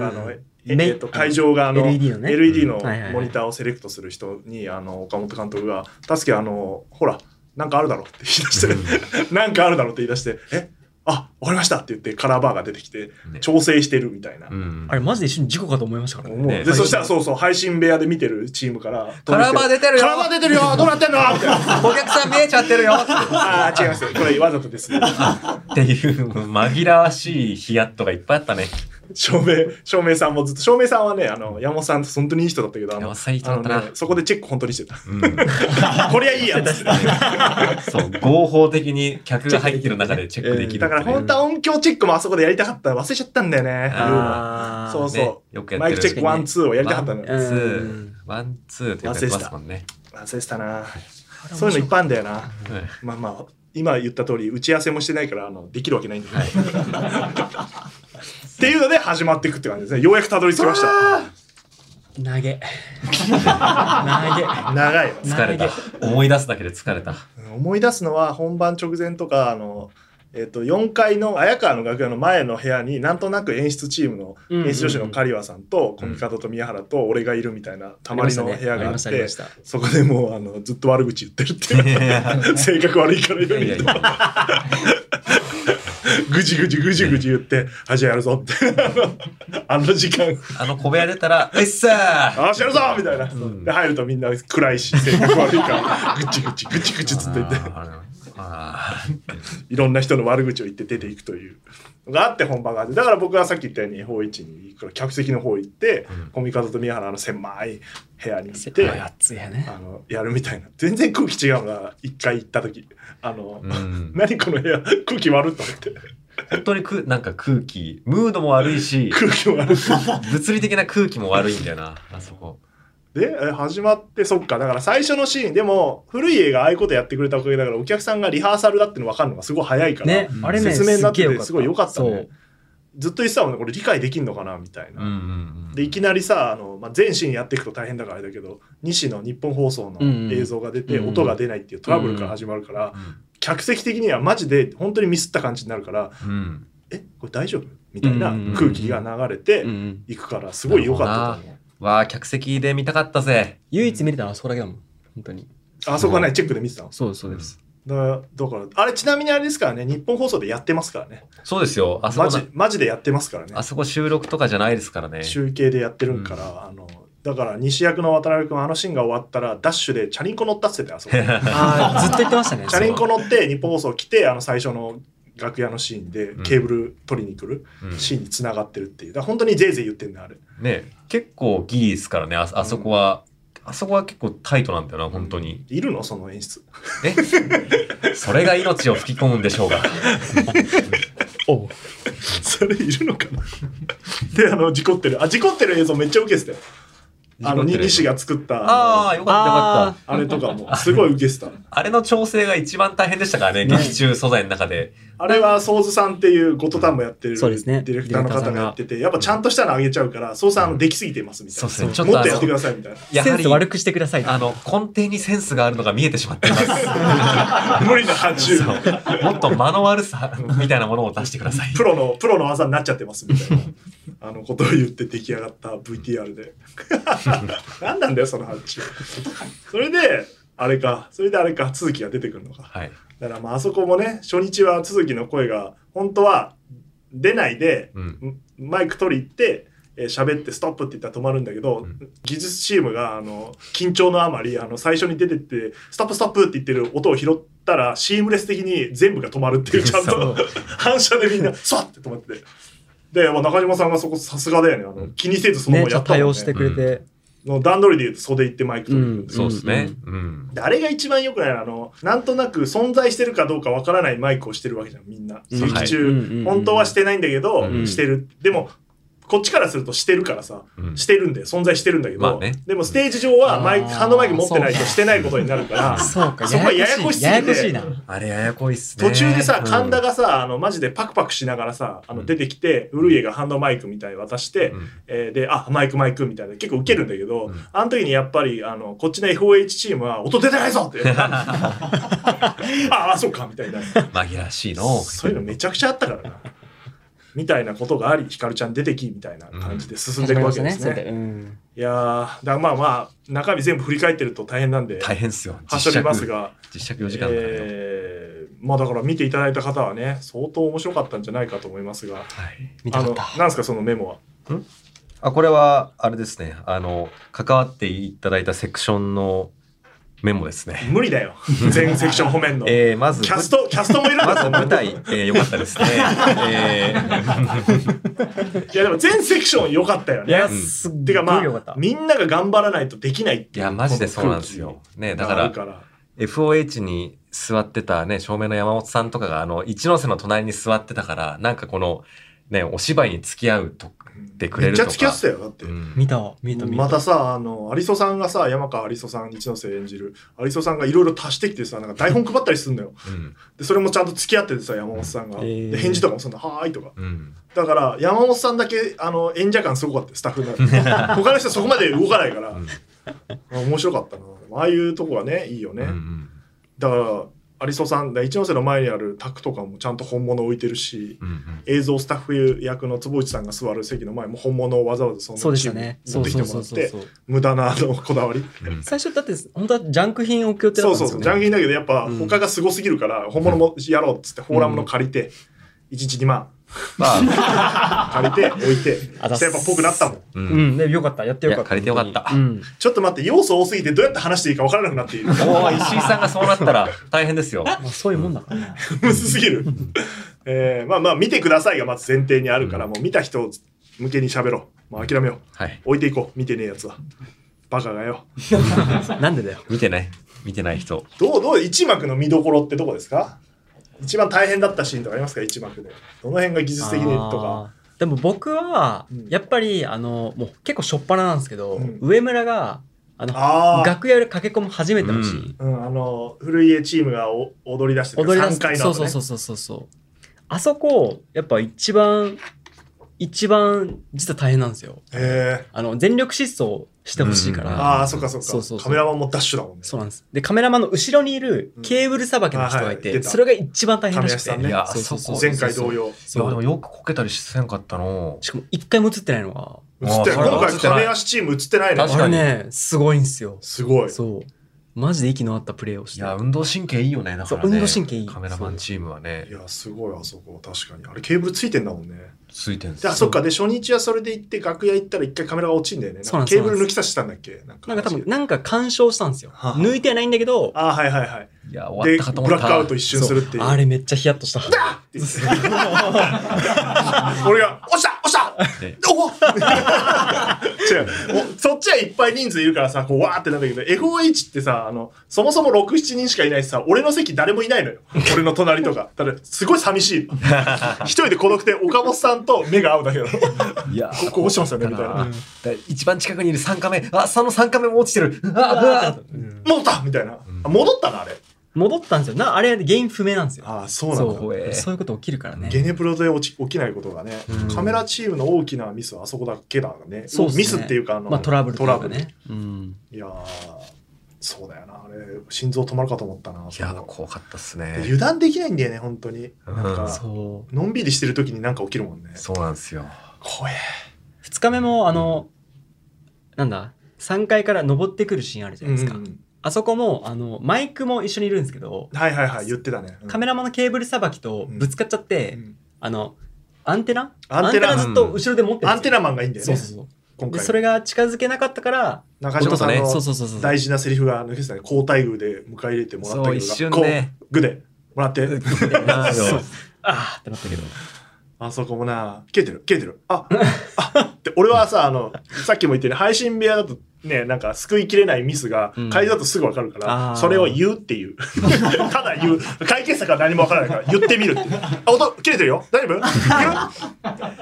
あのええー、と会場があの エルイーディー の, ね、エルイーディー のモニターをセレクトする人にあの岡本監督が「たすきあのほらなんかあるだろ」って言い出して「なんかあるだろ」って言い出して「えあわかりました」って言ってカラーバーが出てきて、ね、調整してるみたいな、うん、 あれマジで一瞬事故かと思いましたからね。 ねでそしたらそうそう配信部屋で見てるチームからカラーバー出てるよカラーバー出てるよどうなってんのみたいなお客さん見えちゃってるよああ違いますこれわざとですっていう紛らわしいヒヤッとがいっぱいあったね。 照明照明さんもずっと照明さんはねあの山本さんと本当にいい人だったけどあの山本さんいい人だったな、 ね、そこでチェック本当にしてた、うん、こりゃいいやつそう合法的に客が入ってる中でチェックできる、 えー、だから本当は音響チェックもあそこでやりたかった忘れちゃったんだよねあそうそう、ね、よくやってるマイクチェックワンツーをやりたかったのワンツーワンツーってやってますもんね。 忘れてたなそういうのいっぱいあるんだよな、はい、まあまあ今言った通り打ち合わせもしてないからあのできるわけないんだけど、はいっていうので始まっていくって感じですね。ようやくたどり着きました。 長げ長い長い疲れた思い出すだけで疲れた。 思い出すのは本番直前とかあのえー、とよんかいの綾川の楽屋の前の部屋になんとなく演出チームの演出助手の刈羽さんとコミカドと宮原と俺がいるみたいなたまりの部屋があって、そこでもうあのずっと悪口言ってるっていう性格悪いから言うみたいなぐじぐじぐじぐじ言って「じゃあやるぞ」ってあの時間あの小部屋出たら「うっさーよしやるぞ!」みたいな、うん、で入るとみんな暗いし性格悪いからぐちぐちぐちぐちつって言っていろんな人の悪口を言って出ていくというのがあって本番があって、だから僕はさっき言ったように方一に客席の方行って、うん、コミカドと宮原の狭い部屋に行って暑いやね、 あのやるみたいな。全然空気違うのが一回行った時あの、うん、何この部屋空気悪いと思って本当にくなんか空気ムードも悪いし空気も悪い物理的な空気も悪いんだよなあそこで始まって、そっかだから最初のシーンでも古い映画ああいうことやってくれたおかげだからお客さんがリハーサルだっての分かるのがすごい早いから、ね、あれね説明になっててすごい良かったね。ずっと言ってたもんねこれ理解できんのかなみたいな、うんうんうん、でいきなりさあの、まあ、全シーンやっていくと大変だからあれだけど西の日本放送の映像が出て、うんうん、音が出ないっていうトラブルから始まるから、うんうん、客席的にはマジで本当にミスった感じになるから、うん、えこれ大丈夫みたいな空気が流れていくからすごい良かったと思う。 わあ客席で見たかったぜ。 唯一見れたのはあそこだけだもん本当に。 あそこはねチェックで見てたの。 そうそうです。 だからだからあれちなみにあれですからね日本放送でやってますからね。 そうですよあそこマジマジでやってますからね。 あそこ収録とかじゃないですからね。 集計でやってるから、うん、あのだから西役の渡辺君あのシーンが終わったらダッシュでチャリンコ乗ったっつってたよあそこあずっと言ってましたね。 チャリンコ乗って日本放送来てあの最初の楽屋のシーンでケーブル取りに来るシーンに繋がってるっていう。だから本当にぜいぜい言ってんねあれね。結構ギリですからね あ, あそこは、うん、あそこは結構タイトなんだよな本当に。 いるのその演出えそれが命を吹き込むんでしょうがおそれいるのかなであの事故ってるあ事故ってる映像めっちゃウケてたよ。あの西が作ったああよかったよかったあれとかもすごい受けてたあれの調整が一番大変でしたからね劇中素材の中で。 あれはソーズさんっていうゴッドタンもやってるディレクターの方がやっててやっぱちゃんとしたのあげちゃうからソーズさんできすぎてますみたいな、そうそうもっとやってくださいみたいなセンス悪くしてくださいあの根底にセンスがあるのが見えてしまっています無理な発注もっと間の悪さみたいなものを出してくださいプロのプロの技になっちゃってますみたいなあのことを言って出来上がった ブイティーアール で何なんだよその発注それであれかそれであれか続きが出てくるのか、はい、だからまああそこもね初日は続きの声が本当は出ないで、うん、マイク取り行って喋、えー、ってストップって言ったら止まるんだけど、うん、技術チームがあの緊張のあまりあの最初に出てってストップストップって言ってる音を拾ったらシームレス的に全部が止まるっていうちゃんと反射でみんなスワッて止まっててで、まあ、中島さんがそこさすがだよねあの、うん、気にせずそのままやったもんね。 ね、対応してくれて、うんの段取りで言うと袖行ってマイク取る、うん、 そうですね、うん、 であれが一番良くないのあのなんとなく存在してるかどうかわからないマイクをしてるわけじゃんみんな劇中、はい、本当はしてないんだけど、うん、してるでもこっちからするとしてるからさ、 うん、 してるんで存在してるんだけど、 まあね、 でもステージ上はマイクハンドマイク持ってないとしてないことになるからそうか、 そこはややこしすぎて、 ややこしいな。 あれややこいっすね。 途中でさ、 うん、 神田がさ、あのマジでパクパクしながらさ、あの出てきて、ウルイエがハンドマイクみたいに渡して、うん、えー、で、あ、マイクマイクみたいな結構ウケるんだけど、うん、あの時にやっぱりあのこっちの エフオーエイチ チームは音出てないぞってああ、そうかみたいな紛らわしいの。 そういうのめちゃくちゃあったからな。みたいなことがあり、ひかるちゃん出てきみたいな感じで進んでいくわけですね。うん、いやー、だからまあまあ中身全部振り返ってると大変なんで大変ですよ。 はしょりますが、 実尺よじかんだからよ、 えー、まあだから見ていただいた方はね、相当面白かったんじゃないかと思いますが、はい、 見たかった。 あのなんですかそのメモは？ ん？あ、これはあれですね。あの関わっていただいたセクションのメモですね。 無理だよ。全セクション褒めんの。 えー、まずキャストキャストもいるんだまず舞台、えー、良かったですね。えー、いやでも全セクション良かったよね。いや、すっごい良かった。てかまあみんなが頑張らないとできないっていう。 いやマジでそうなんですよ。ね、だから エフオーエイチ に座ってたね照明の山本さんとかがあの一ノ瀬の隣に座ってたからなんかこのねお芝居に付き合うと。てくれるとかめっちゃ付き合ってたよだって、うん、 見た見た見たまたさあの有曽さんがさ山川有曽さん一ノ瀬演じる有曽さんがいろいろ足してきてさなんか台本配ったりするんだよ、うん、でそれもちゃんと付き合っててさ山本さんが、うん、で返事とかもそんな「はーい」とか、うん、だから山本さんだけあの演者感すごかったスタッフが他の人はそこまで動かないから、うん、面白かったなああいうとこはねいいよね、うんうん、だから有曽さん一ノ瀬の前にある卓とかもちゃんと本物置いてるし、うんうん、映像スタッフ役の坪内さんが座る席の前も本物をわざわざそのチームに持ってきてもらって無駄なあのこだわり、 うん、最初だって本当はジャンク品を置く予定だったんですよね。 そうそうそうジャンク品だけどやっぱ他がすごすぎるから、うん、本物もやろうっつってフォーラムの借りて、うん、いちにちにまんまあ、借りて置いてやっぱぽくなったもん。 うん、うん、でよかったやってよかった。 借りてよかった、 うん。ちょっと待って要素多すぎてどうやって話していいか分からなくなっている。 おお石井さんがそうなったら大変ですよ。 まあそういうもんだからね。 むずすぎる。えー、まあまあ見てくださいがまず前提にあるから、うん、もう見た人向けに喋ろう。もう諦めよう。はい、置いていこう見てねえやつは。バカがよ。 なんでだよ。 見てない見てない人。 どうどう一幕の見どころってどこですか？一番大変だったシーンとかありますか？一幕でどの辺が技術的にとか。 でも僕はやっぱり、うん、あのもう結構しょっぱななんですけど、うん、上村があのあ楽屋で駆け込む初めてのシーン、 うんうん、あの古家チームがお踊り出してるさんかいの後ね。 そうそうそうそうそうあそこやっぱ一番一番実は大変なんですよ。へあの全力疾走してほしいから、うん、 ああそっかそっかそうそうそうカメラマンもダッシュだもんね。 そうなんです。でカメラマンの後ろにいるケーブルさばきの人がいて、うんはい、それが一番大変らしくて、 ね、いやそうそうそう前回同様。いやでもよくこけたりしてなかったの。 しかも一回も映ってないのが映って今回亀足チーム映ってないね。 確かにねすごいんですよ。 すごい。 そうマジで息の合ったプレーをして。 いや運動神経いいよね。だからね。 運動神経いい。 カメラマンチームはね。 いやすごいあそこ確かにあれケーブルついてんだもんね。 ついてんす。 であそっかで初日はそれで行って楽屋行ったら一回カメラが落ちんだよね。なんかケーブル抜き差したんだっけ。なんかなんか多分なんか干渉したんですよ。はは抜いてはないんだけど。 あはいはいはい。 いや終わったかと思った。 ブラックアウト一瞬するっていう。 あれめっちゃヒヤッとした。だって俺が押した押したおっ違うそっちはいっぱい人数いるからさこうわーってなんだけど エフオーエイチ ってさあのそもそもろく、しちにんしかいないしさ俺の席誰もいないのよ俺の隣とかだからすごい寂しい一人で孤独で岡本さんと目が合うだけどいやここ落ちてますよねみたいな、うん、 一番近くにいるさんカメあそのさんカメも落ちてるああ、うん、戻ったみたいな、うん、戻ったなあれ戻ったんですよなあれ原因不明なんですよ。 ああそうなんだ。 そう、えー、そういうこと起きるからね。 ゲネプロで起きないことがね、うん、カメラチームの大きなミスはあそこだけだね。そうですね。ミスっていうかあの、 まあ、トラブルとかね。 トラブル、うん、いやそうだよなあれ心臓止まるかと思ったな。 いや怖かったっすね。 油断できないんだよね本当に。なんか、うん、そうのんびりしてる時になんか起きるもんね。 そうなんですよ。 怖え。 ふつかめもあの、うん、なんださんかいから登ってくるシーンあるじゃないですか。うんうんあそこもあのマイクも一緒にいるんですけどはいはいはい言ってたね、 うん、カメラマンのケーブルさばきとぶつかっちゃって、うん、あのアンテナアンテナずっと後ろで持ってるんですよ、 アンテナマンがいいんだよね。 そうそうそう今回でそれが近づけなかったから中島さんの大事なセリフが抜けてたね交代具で迎え入れてもらったけどそう一瞬ねグでもらってあーってなったけどあそこもな切れてる切れてるああって俺はさあのさっきも言ったように配信部屋だとねなんか救いきれないミスが会場だとすぐ分かるから、うん、それを言うっていうただ言う解決策は何も分からないから言ってみるっていうあ音切れてるよ大丈夫言う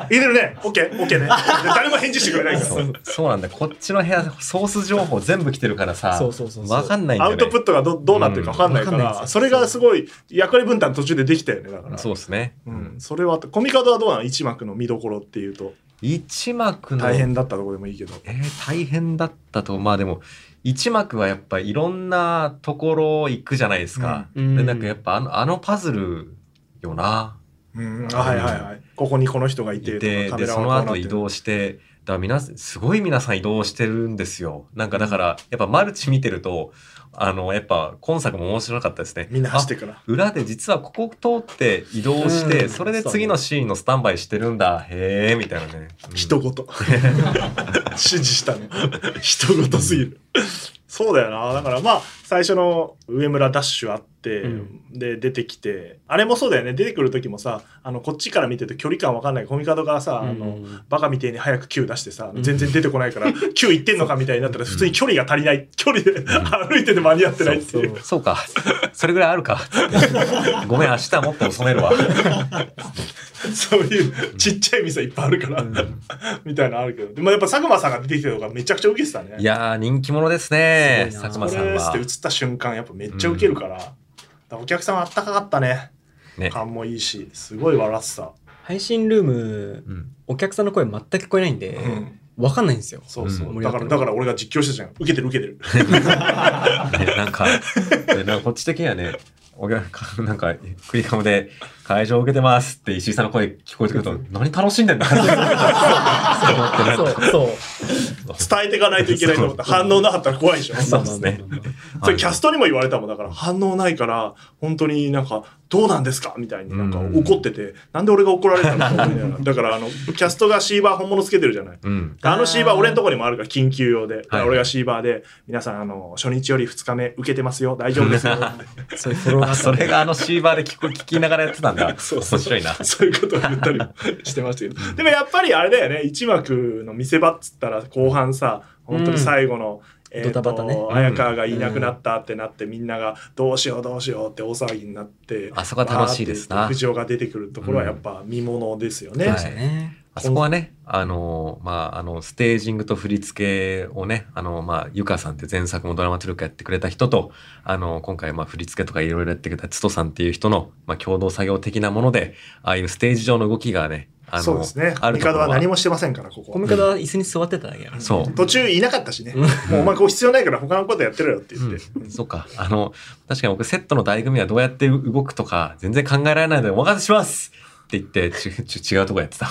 入れるね。オッケー、オッケーね。誰も返事してくれないから。 そうそうなんだ。こっちの部屋、ソース情報全部来てるからさ、 そうそうそうそうわかんないんだよね。 アウトプットが ど, どうなってるか分かんないから、 うんわかんないですよそれがすごい役割分担途中でできたよね。だからそうですね。 うん、それはコミカドはどうなの？一幕の見どころっていうと一幕の大変だったところでもいいけど、 えー、大変だったと、まあでも一幕はやっぱいろんなところ行くじゃないですか、 うんでなんかやっぱあのあのパズルよな、 うん、あはいはいはい、ここにこの人がいていて、 カメラでそのはこうなってる後移動して、だから皆さんすごい皆さん移動してるんですよ。なんかだからやっぱマルチ見てるとあのやっぱ今作も面白かったですね。 みんな走ってから裏で実はここ通って移動して、 うんそれで次のシーンのスタンバイしてるんだ、へえみたいなね、うん人ごと指示したの人ごとすぎるそうだよな。だからまあ最初の上村ダッシュあって、うん、で出てきて、あれもそうだよね。出てくる時もさ、あのこっちから見てると距離感わかんないコミカドがさ、うん、あのバカみてえに早く Q 出してさ、うん、全然出てこないから Q いってんのかみたいになったら普通に距離が足りない、距離で歩いてて間に合ってないっていう、 そうそう、そうか、それぐらいあるかごめん明日もっと遅めるわそういうちっちゃい店いっぱいあるから、うん、みたいなのあるけど、でもやっぱ佐久間さんが出てきたのがめちゃくちゃウケてたね。 いやー人気者ですね、佐久間さんは。 って映った瞬間やっぱめっちゃウケるから、うん、だからお客さんあったかかったね。ね、感もいいしすごい笑ってた。 配信ルーム、うん、お客さんの声全く聞こえないんで、うんわかんないんですよ。 そうそう。うん、だから、だから俺が実況してたじゃん。受けてる受けてる。 ね、なんか、ね、なんかこっち的にはね、おなんか、クリカムで会場を受けてますって石井さんの声聞こえてくると、何楽しんでんだそうそう。伝えていかないといけないと思った。反応なかったら怖いでしょ。 そうですね。 それキャストにも言われたもん。だから反応ないから、本当になんか、どうなんですかみたいになんか怒ってて、なんで俺が怒られたのかみたいな。だからあの、キャストがシーバー本物つけてるじゃない。うん、あのシーバー俺のとこにもあるから緊急用で。はい、俺がシーバーで、皆さんあの、初日よりふつかめ受けてますよ。大丈夫ですよ。 そういうフォローがそれがあのシーバーで聞く聞きながらやってたんだ。そうそう面白いな。 そういうことを言ったりしてましたけど。でもやっぱりあれだよね。一幕の見せ場っつったら後半さ、本当に最後の、うん、えーと、ドタバタね、綾川がいなくなったってなって、うん、みんながどうしようどうしようって大騒ぎになって、 あそこは楽しいですな。 藤尾が出てくるところはやっぱ見ものですよね。うんはい、 あそこはね、あの、まあ、あの、ステージングと振り付けをね、あの、まあ、ゆかさんって前作もドラマトリックやってくれた人と、あの、今回、まあ、振り付けとかいろいろやってくれたつとさんっていう人の、まあ、共同作業的なもので、ああいうステージ上の動きがね、あのそうですね。コミカドは何もしてませんから、ここ。 コミカドは椅子に座ってただけやから、ね。 そう。 途中いなかったしね。もうお前こう必要ないから他のことやってるよって言って。 うんうん、そうか。あの、確かに僕セットの醍醐味はどうやって動くとか全然考えられないのでお任せしますって言ってちち違うとこやってた。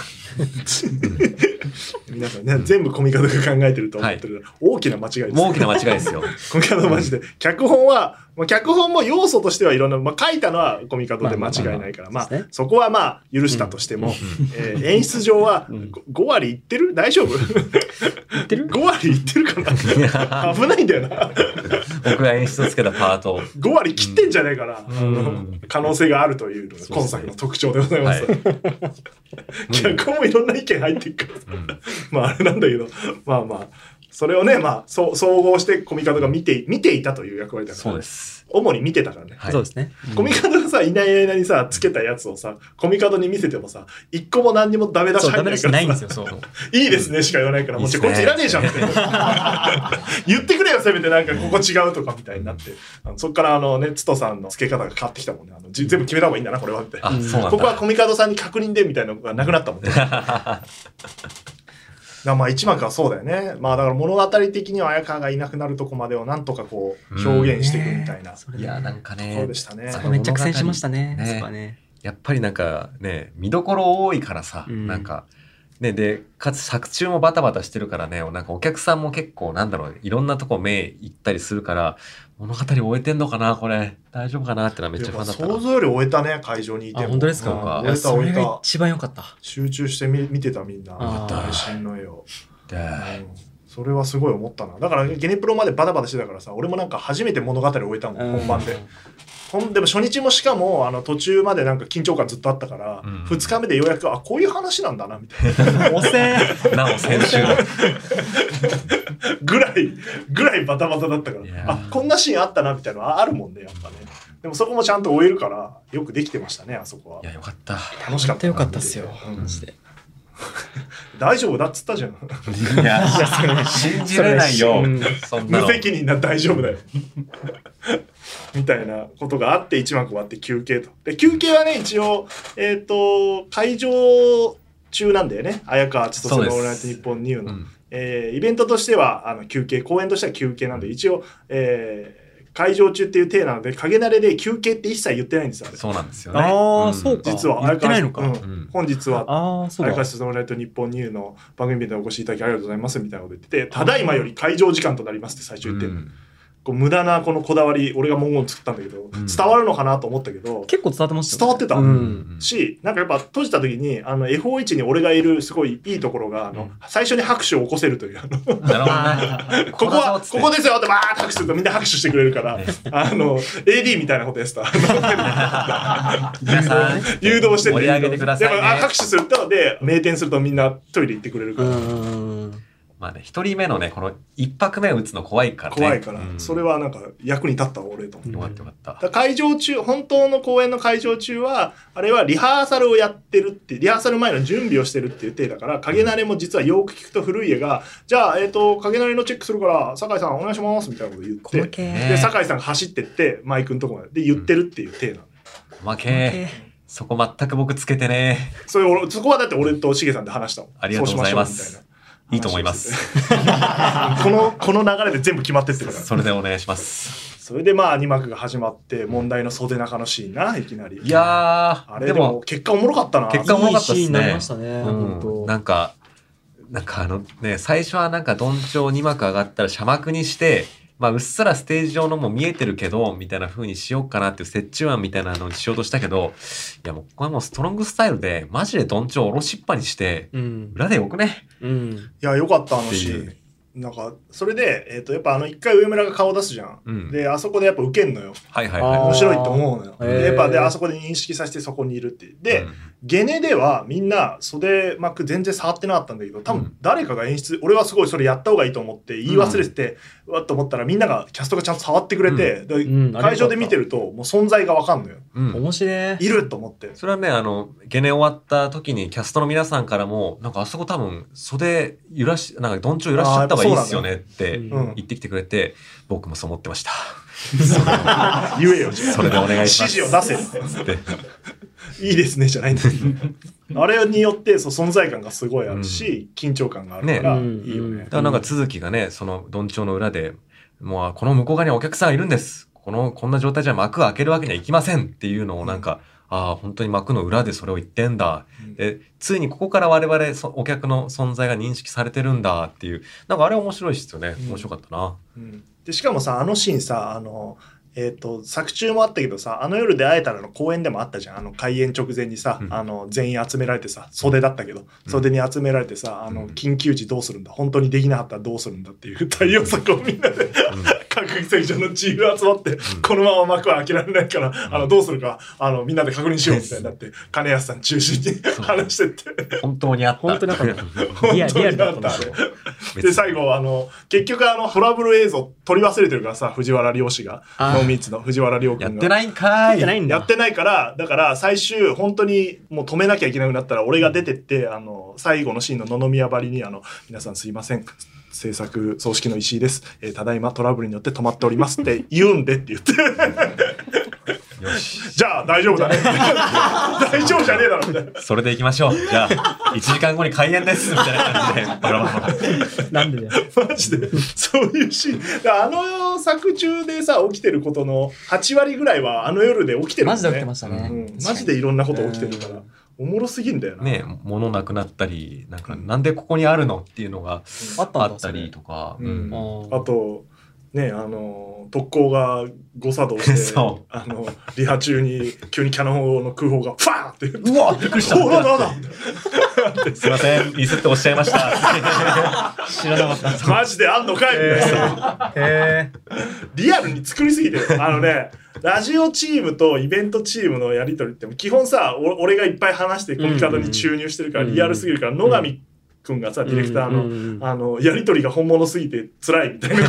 皆さんね、全部コミカドが考えてると思ってる、はい、大きな間違いです。 大きな間違いですよ。 コミカドマジで。脚本は、まあ、脚本も要素としてはいろんな、まあ、書いたのはコミカドで間違いないから、まあ、まあまあまあ、そこはまあ許したとしても、うんえー、演出上はご割いってる？大丈夫？ いってる？ ご 割いってるかな？危ないんだよな。 僕が演出をつけたパート。 ご割切ってんじゃないかな。うん、可能性があるというのが今作の特徴でございます。はい、脚本もいろんな意見入ってるから、うん、まああれなんだけど、まあまあ。それをね、まあ、そ総合してコミカドが見て、見ていたという役割だから。 そうです。 主に見てたからね。 はい、そうですね。 コミカドがさ、いない間にさ、つけたやつをさ、コミカドに見せてもさ、一個も何にもダメ出し入ってないからさ。 ないんですよ、そう。 いいですねしか言わないから、もうこっちいらねえじゃんって。言ってくれよ、せめてなんかここ違うとかみたいになって。そっからあのね、つとさんの付け方が変わってきたもんね。あの全部決めた方がいいんだな、これは。みたいな。 あ、そうなんだ。 ここはコミカドさんに確認でみたいなのがなくなったもんね。まあ一幕はそうだよね。まあだから物語的には綾川がいなくなるとこまでをなんとかこう表現していくみたいな。 いやなんかね。 そうでしたね。 そこめっちゃ苦戦しましたね。ねそねやっぱりなんかね見どころ多いからさ、うん、なんかねでかつ作中もバタバタしてるからね、なんかお客さんも結構なんだろういろんなとこ目行ったりするから物語終えてんのかなこれ大丈夫かなってのはめっちゃ不安だった。 想像より終えたね会場にいても。 あ本当ですか。 終えた終えた。 一番良かった。 集中して見見てたみんな。配信の絵を。うん、それはすごい思ったな。だからゲネプロまでバタバタしてたからさ、俺もなんか初めて物語を終えたもん、本番で。ほんでも初日もしかもあの途中までなんか緊張感ずっとあったから、うん、ふつかめでようやくあこういう話なんだなみたいな。 おせーなお先週ぐらいぐらいバタバタだったから、あこんなシーンあったなみたいなのはあるもんねやっぱね。でもそこもちゃんと終えるからよくできてましたねあそこは。 いやよかった。 楽しかった。 よかったっすよマジで。 大丈夫だっつったじゃん。 いや信じれないよ、うん、そんなの無責任な大丈夫だよみたいなことがあっていち幕終わって休憩と。で休憩はね一応えっ、ー、と会場中なんだよね。綾川千歳のオールナイトニッポンニューの、うん、えー、イベントとしてはあの休憩、公演としては休憩なんで一応、えー会場中っていう体なので影慣れで休憩って一切言ってないんですよ。 そうなんですよね。 ああ、 うん、 そうか。 実は言ってないのか。 うんうん、本日は綾川千歳のオールナイトニッポンニューの番組イベントにお越しいただきありがとうございますみたいなこと言ってて、ただいまより会場時間となりますって最初言ってる、うん、こう無駄なこのこだわり、俺が文言作ったんだけど、うん、伝わるのかなと思ったけど結構伝わってました、 伝わってた、 うん、 し、なんかやっぱ閉じた時にあの エフオーエイチ に俺がいるすごいいいところがあの、うん、最初に拍手を起こせるというなるほど、ね、ここはここですよってバーッと拍手するとみんな拍手してくれるから、ね、あの エーディー みたいなことやってた皆さん誘導して盛り上げてくださいね。 でも拍手するとで名店するとみんなトイレ行ってくれるから、 うんまあね、一人目のねこの一拍目を打つの怖いからね。 怖いから、 うん、 それはなんか役に立った俺と思って。 よかったよかった。 会場中、本当の公演の会場中はあれはリハーサルをやってるってリハーサル前の準備をしてるっていう体だから、影慣れも実はよく聞くと古い家がじゃあえっ、ー、と影慣れのチェックするから酒井さんお願いしますみたいなこと言って、で酒井さんが走ってってマイクのとこまでで言ってるっていう体なの。 細けー。そこ全く僕つけてね。 それそこはだって俺としげさんで話したもん。 ありがとうございます。そうしましょうみたいな。いいと思いますこのこの流れで全部決まってってるから。 それでお願いします。 それでまあに幕が始まって問題の袖中のシーンな、いきなり。 いやあれでも結果おもろかったな。 結果おもろかったですね。 いいシーンになりましたね、 うん、なんかなんかあのね最初はなんかどんちょうに幕上がったら斜幕にしてまあ、うっすらステージ上のも見えてるけどみたいな風にしようかなっていう折衷案みたいなのにしようとしたけど、いやもうここはもうストロングスタイルでマジでどんちょうおろしっぱにして、うん、裏でよくね、 うん、いやよかったあのシーン。なんかそれで、えー、とやっぱあの一回上村が顔出すじゃん、うん、であそこでやっぱ受けんのよ、 はいはいはい、 面白いと思うのよ。でやっぱであそこで認識させてそこにいるってで、うん、ゲネではみんな袖幕全然触ってなかったんだけど多分誰かが演出、うん、俺はすごいそれやった方がいいと思って言い忘れてて、うん、わっと思ったらみんながキャストがちゃんと触ってくれて、うんでうん、会場で見てるともう存在が分かんのよ、 うん、面白いいると思って。 それはねあのゲネ終わった時にキャストの皆さんからもなんかあそこ多分袖揺らしなんかどんちょう揺らしちゃった方がいいですよねって言ってきてくれて、僕もそう思ってました言えよそれでお願いします指示を出せっていいですねじゃないんだあれによってそう存在感がすごいあるし、うん、緊張感があるから、ね、いいよね。 だからなんか続きがねそのどんちょうの裏でもうこの向こう側にお客さんがいるんです、このこんな状態じゃ幕開けるわけにはいきませんっていうのをなんか、うん、ああ本当に幕の裏でそれを言ってんだ、うん、でついにここから我々そお客の存在が認識されてるんだっていうなんかあれ面白いですよね、うん、面白かったな、 うん、でしかもさあのシーンさあのえー、と作中もあったけどさあの夜で会えたらの公演でもあったじゃん。あの開演直前にさ、うん、あの全員集められてさ袖だったけど、うん、袖に集められてさあの緊急時どうするんだ本当にできなかったらどうするんだっていう対応策をみんなで、うん、各席上のチームが集まって、うん、このまま幕は開けられないから、うん、あのどうするかあのみんなで確認しようみたいになって金安さん中心に話してって本当にあった本当にあったリアルだったで最後あの結局あのトラブル映像撮り忘れてるからさ藤原亮氏がノーミーツの藤原亮君がやってないんかいやってないからだから最終本当にもう止めなきゃいけなくなったら俺が出てってあの最後のシーンの野々宮ばりにあの皆さんすいません制作総指揮の石井です、えー、ただいまトラブルによって止まっておりますって言うんでって言ってよしじゃあ大丈夫だね大丈夫じゃねえだろみたいなそれでいきましょうじゃあいちじかんごに開演ですみたいな感じでバラバラなんでだよマジでそういうシーンあの作中でさ起きてることのはち割ぐらいはあの夜で起きてるもんね。 マジで起きてましたね、 うん、マジでいろんなこと起きてるからおもろすぎんだよな。 ね物なくなったりなんか、うん、なんでここにあるのっていうのがあったりとか、 うんうん、あとねあの特攻が誤作動してあのリハ中に急にキャノンの空砲がファーってうわびっくりしたおなんだすいませんミスっておっしゃいました知らなかったマジであんのかいみたいな、えー、リアルに作りすぎてるあのねラジオチームとイベントチームのやり取りって基本さ俺がいっぱい話してコミカドに注入してるからリアルすぎるから野上君がさディレクターの、うんうんうん、あのやり取りが本物すぎて辛いみたいな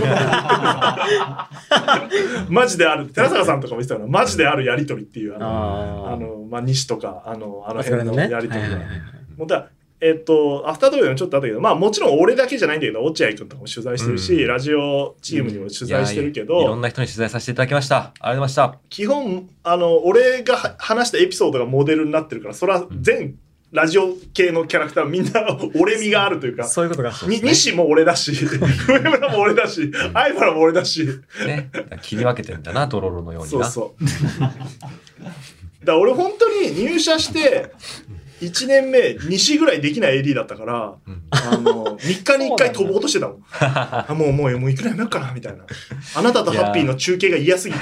ことマジである寺坂さんとかも言ってたのマジであるやり取りっていうあのあの、まあ、西とかあのあの辺のやり取りが、ね、もうだえっと、アフタートークでもちょっとあったけど、まあもちろん俺だけじゃないんだけど、落合君とかも取材してるし、うん、ラジオチームにも取材してるけど、 うん、い, い, いろんな人に取材させていただきました。ありがとうございました。 基本、あの、俺が話したエピソードがモデルになってるから、それは全ラジオ系のキャラクターみんな俺味があるというか、 そういうことが。 に西も俺だし、上村も俺だし、相原も俺だし。 ね、切り分けてんだな、ドロロのようにな。 そうそう。だから俺本当に入社して、いちねんめ西ぐらいできない エーディー だったから、うん、あのみっかにいっかい飛ぼうとしてたもん。あもうもうもういくらやめようかなみたいな。あなたとハッピーの中継が嫌すぎて。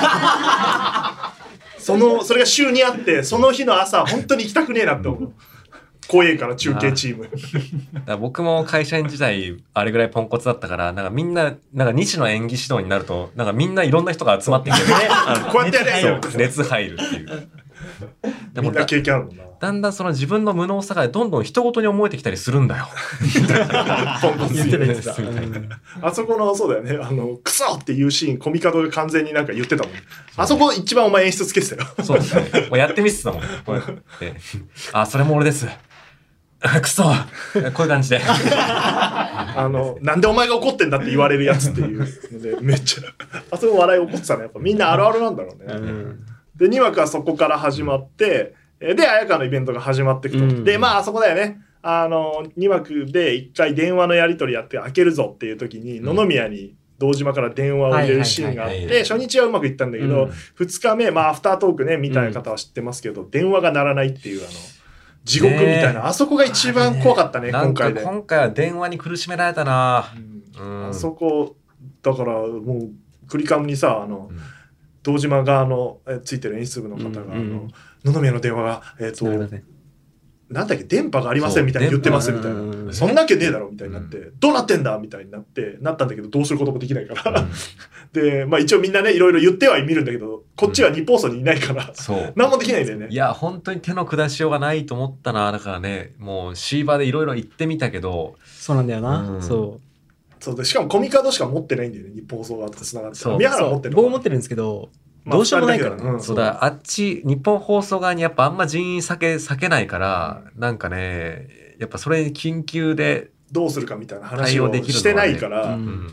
そのそれが週にあってその日の朝本当に行きたくねえなって思う。怖えから中継チーム。だから僕も会社員時代あれぐらいポンコツだったからなんかみんななんか西の演技指導になるとなんかみんないろんな人が集まってきてね。 こうやってやれよ。 熱入るっていう。 でもみんな経験あるもんな。 だんだんその自分の無能さがどんどん人ごとに思えてきたりするんだよ。 ポンコツ言ってないです。あそこのそうだよね。あのクソっていうシーンコミカドが完全になんか言ってたもん。あそこ一番お前演出つけてたよ。 そうですね。もうやってみてたもん。あそれも俺です。クソこういう感じであのなんでお前が怒ってんだって言われるやつっていうのでめっちゃあそこ笑い起こってたね。やっぱみんなあるあるなんだろうね。うん、でにわくはそこから始まってで綾香のイベントが始まっていくと、うん、でまああそこだよね。あのにわくで一回電話のやり取りやって開けるぞっていう時に、うん、野々宮に堂島から電話を入れるシーンがあって初日はうまくいったんだけど、うん、ふつかめまあアフタートークねみたいな方は知ってますけど、うん、電話が鳴らないっていうあの地獄みたいな、あそこが一番怖かったね、今回で。 今回は電話に苦しめられたな、 うんうん、あそこだからもうクリカムにさあの、うん、堂島側のえついてる演出部の方が、うんうん、あの野々宮の電話がえっ、ー、となんだっけ電波がありませんみたいに言ってますみたいな、そんなわけねえだろみたいになって、うん、どうなってんだみたいになってなったんだけどどうすることもできないから、うん、でまあ一応みんなねいろいろ言っては見るんだけどこっちは日放送にいないから、うん、そう何もできないんだよね。 いや本当に手の下しようがないと思ったな。だからねもうシーバーでいろいろ言ってみたけどそうなんだよな、うん、そうそうでしかもコミカドしか持ってないんだよね日本放送側とつながって宮原持ってる僕持ってるんですけどどうしようもないからね。 うん、そうだ、あっち、日本放送側にやっぱあんま人員避け、避けないから、うん、なんかね、やっぱそれに緊急で、 どうするかみたいな話をしてないから、ねうん、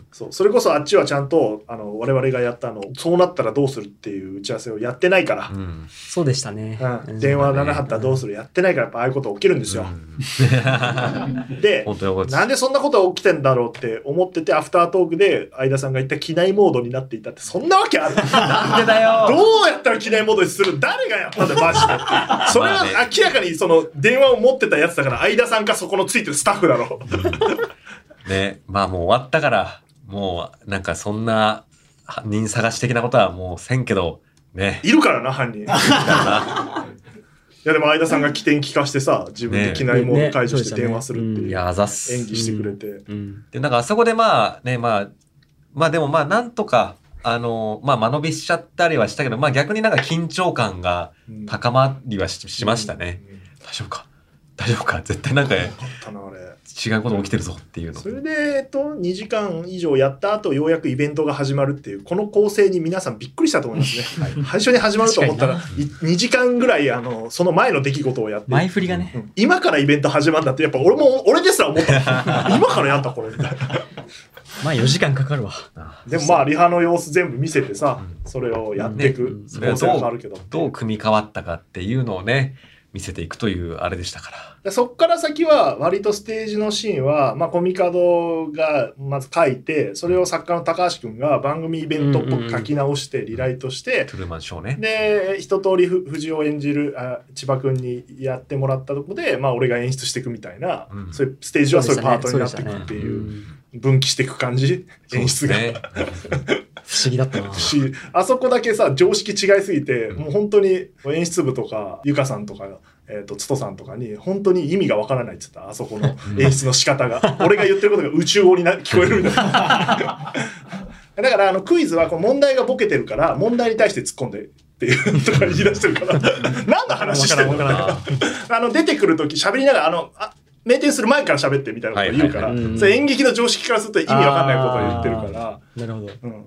そうそれこそあっちはちゃんとあの我々がやったのそうなったらどうするっていう打ち合わせをやってないから、うん、 そうでしたね、 うん、電話ならはったらどうするやってないからやっぱああいうこと起きるんですよ、うん、でなんでそんなこと起きてんだろうって思っててアフタートークで相田さんが言った機内モードになっていたってそんなわけあるなんでだよどうやったら機内モードにする誰がやったんだよマジでそれは明らかにその電話を持ってたやつだから相田さんかそこのついてるスタッフだろね、まあもう終わったからもうなんかそんな犯人探し的なことはもうせんけどねいるからな犯人いやでも相田さんが起点聞かしてさ自分で機内モード解除して電話するっていう、ねねね、演技してくれて、うんうん、 でなんかあそこでまあねまあまあでもまあなんとかあのまあ間延びしちゃったりはしたけどまあ逆になんか緊張感が高まりは し, しましたね、うんうん、大丈夫か大丈夫か絶対なんか、ね、違うこと起きてるぞっていうのそれで、えっと、にじかん以上やった後ようやくイベントが始まるっていうこの構成に皆さんびっくりしたと思いますね、はい、最初に始まると思ったらにじかんぐらいあのその前の出来事をやって前振りがね、 うん、今からイベント始まるんだってやっぱ俺も俺ですら思った今からやったこれみたいなまあよじかんかかるわでもまあリハの様子全部見せてさ、うん、それをやっていく構成が変わるけど、 ね、どう組み変わったかっていうのをね見せていくというあれでしたから。 そっから先は割とステージのシーンは、まあ、コミカドがまず書いてそれを作家の高橋くんが番組イベントっぽく書き直してリライトして、 トゥルーマンショーね。 で一通り藤尾を演じるあ千葉くんにやってもらったとこで、まあ、俺が演出していくみたいな、うん、そういうステージはそういうパートになっていくっていう分岐していく感じ、演出が、ね、 不思議だったな。 不思議。あそこだけさ常識違いすぎて、うん、もう本当に演出部とかゆかさんとかえー、とつとさんとかに本当に意味がわからないって言ったあそこの演出の仕方が俺が言ってることが宇宙語にな聞こえるみたいなだからあのクイズはこう問題がボケてるから問題に対して突っ込んでっていうとか言い出してるから何の話してるのあの出てくるとき喋りながらあのあ名店する前から喋ってみたいなことを言うから、はいはいはい、それ演劇の常識からすると意味わかんないことを言ってるからなるほど、 うん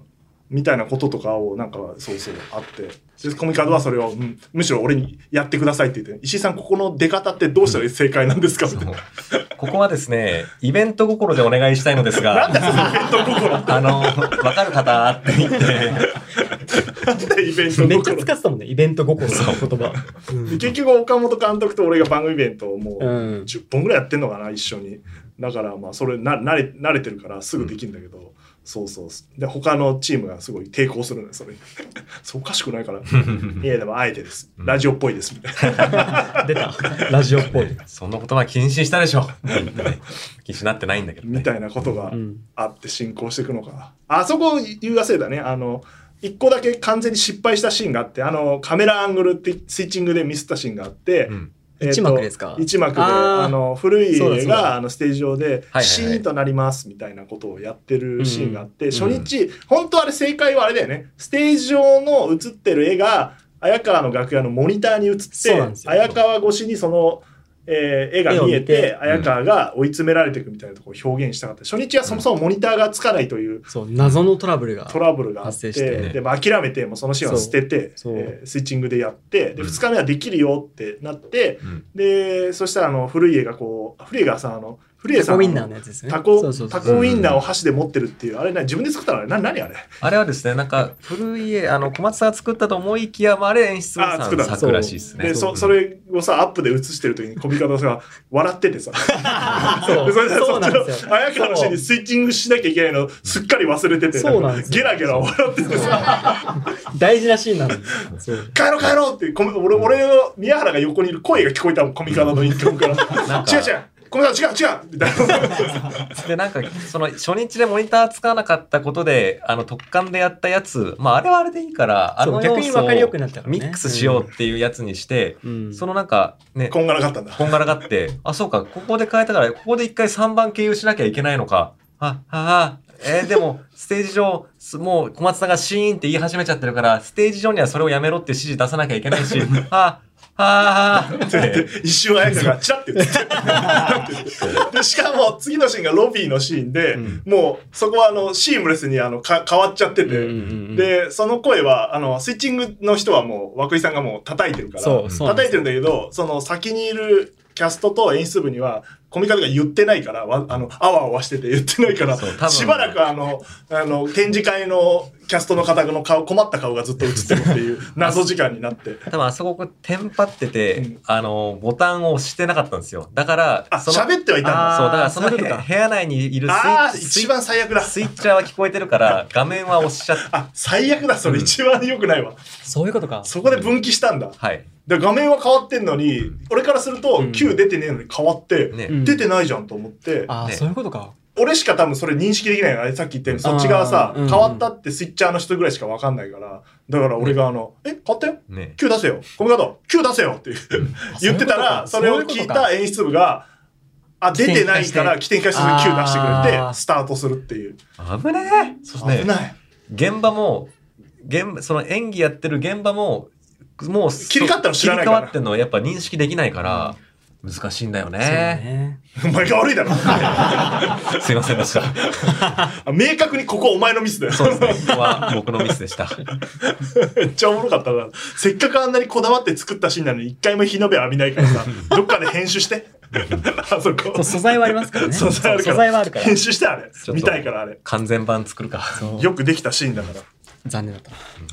みたいなこととかをなんかそうそうあってでコミカドはそれを、うん、むしろ俺にやってくださいって言って石井さんここの出方ってどうしたら正解なんですかみたいなここはですねイベント心でお願いしたいのですがなんだそのイベント心あの分かる方って言ってなんだイベント心めっちゃ使ってたもんねイベント心の言葉、 うん、結局岡本監督と俺が番組イベントをもうじゅっぽんぐらいやってんのかな一緒にだからまあそれな慣れ慣れてるからすぐできるんだけど、うん、そうそうで他のチームがすごい抵抗するんだよそれそうおかしくないからいやでもあえてですラジオっぽいですみたいな出たラジオっぽいそんな言葉禁止したでしょ禁止なってないんだけど、ね、 みたいなことがあって進行していくのかな、うん、あそこ言うがせいだねあの一個だけ完全に失敗したシーンがあってあのカメラアングルってスイッチングでミスったシーンがあって、うんえー、一幕ですか一幕であの古い家があのステージ上でシーンとなりますみたいなことをやってるシーンがあって、うん、初日、うん、本当あれ正解はあれだよねステージ上の映ってる絵が綾川の楽屋のモニターに映って綾川越しにそのえー、絵が見えて綾川が追い詰められていくみたいなところを表現したかった、うん、初日はそもそもモニターがつかないという、 そう謎のトラブルがトラブルがあってで、まあ、諦めてもうそのシーンは捨てて、えー、スイッチングでやってでふつかめはできるよってなって、うん、でそしたらあの古い絵がこう古い絵がさあの古江さんタコウインナーのやつですね。 タコ、タコウインナーを箸で持ってるっていう、あれね、自分で作ったのあれ、な、何あれあれはですね、なんか、古い絵、あの、小松さんが作ったと思いきや、まあ、あれ演出さん作るらしいですね。 で、そ、それをさ、アップで映してる時に、コミカドが笑っててさ。そう。それで、そっちの、綾川のシーンにスイッチングしなきゃいけないの、すっかり忘れてて、 そうなんですゲラゲラ笑っててさ。 大事なシーンなんですよ。 帰ろう帰ろうって、俺、俺の宮原が横にいる声が聞こえたもん、コミカドの一曲から。違う違うごめんなさい違う違うみたいなでなんかその初日でモニター使わなかったことであの特感でやったやつまああれはあれでいいからあの要素をミックスしようっていうやつにして、うん、そのなんかねこんがらがったんだこんがらがってあそうかここで変えたからここで一回さんばん経由しなきゃいけないのかああえー、でもステージ上もう小松さんがシーンって言い始めちゃってるからステージ上にはそれをやめろって指示出さなきゃいけないしあああって一瞬綾香がチラッて言ってでしかも次のシーンがロビーのシーンで、うん、もうそこはあのシームレスにあのか変わっちゃってて、うんうんうん、でその声はあのスイッチングの人はもう涌井さんがもう叩いてるからそうそう叩いてるんだけどその先にいるキャストと演出部にはコミカドが言ってないからわあのあわあわしてて言ってないからしばらくあのあの展示会のキャストの方の顔困った顔がずっと映ってるっていう謎時間になって多分あそこテンパってて、うん、あのボタンを押してなかったんですよだからあ喋ってはいたんだそうだからその部屋内にいるスイあ一番最悪だスイッチャーは聞こえてるから画面は押しちゃってあ最悪だそれ一番良くないわ、うん、 そういうことかそこで分岐したんだ、 うん、はいで画面は変わってんのに、うん、俺からすると Q 出てねえのに変わって、ね、出てないじゃんと思って、 あ、 ね、 そういうことか俺しか多分それ認識できないのあれさっき言ったようにそっち側さ、うんうん、変わったってスイッチャーの人ぐらいしか分かんないからだから俺があの、ね、え変わったよ、ね、Q 出せよコミカド Q 出せよって言ってたらそれを聞いた演出部があ出てないから起点化して Q 出してくれてスタートするっていう危ねえそして、ね、危ない現場も現その演技やってる現場ももう切り替わったの知らないから切り替わってんのはやっぱ認識できないから、うん、難しいんだよね。 お前が悪いだろ。 すいませんでした。 明確にここお前のミスだよ。 そうですね。ここは僕のミスでした。 めっちゃおもろかったな。せっかくあんなにこだわって作ったシーンなのに一回も日の目浴びないからさ、どっかで編集して。 あそこ。素材はありますからね。 素材あるから。 素材はあるから。 編集してあれ。見たいからあれ。 完全版作るか。 よくできたシーンだから。 残念だった。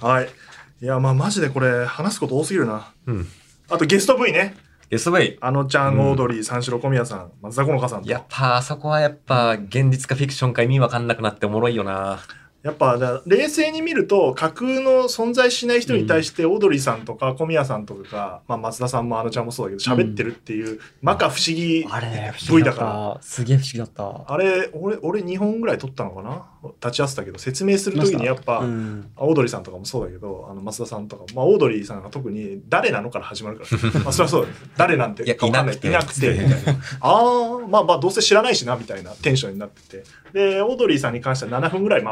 はい。いやまあマジでこれ話すこと多すぎるな、 うん、 あとゲスト V ねゲスト V あのちゃん、うん、オードリー三四郎小宮さん松田好花さんとやっぱあそこはやっぱ現実かフィクションか意味わかんなくなっておもろいよなやっぱだ冷静に見ると架空の存在しない人に対してオードリーさんとか小宮さんとかが、まあ、松田さんもあのちゃんもそうだけど喋ってるっていう摩訶不思議 V だからすげえ不思議だったあれ俺俺にほんぐらい撮ったのかな立ち会ってたけど説明するときにやっぱ、うん、オードリーさんとかもそうだけどあの松田さんとか、まあ、オードリーさんが特に誰なのから始まるからまあそれはそうだ誰なんて分かんないいなくてみたいなああまあまあどうせ知らないしなみたいなテンションになっててでオードリーさんに関してはななふんぐらい回してて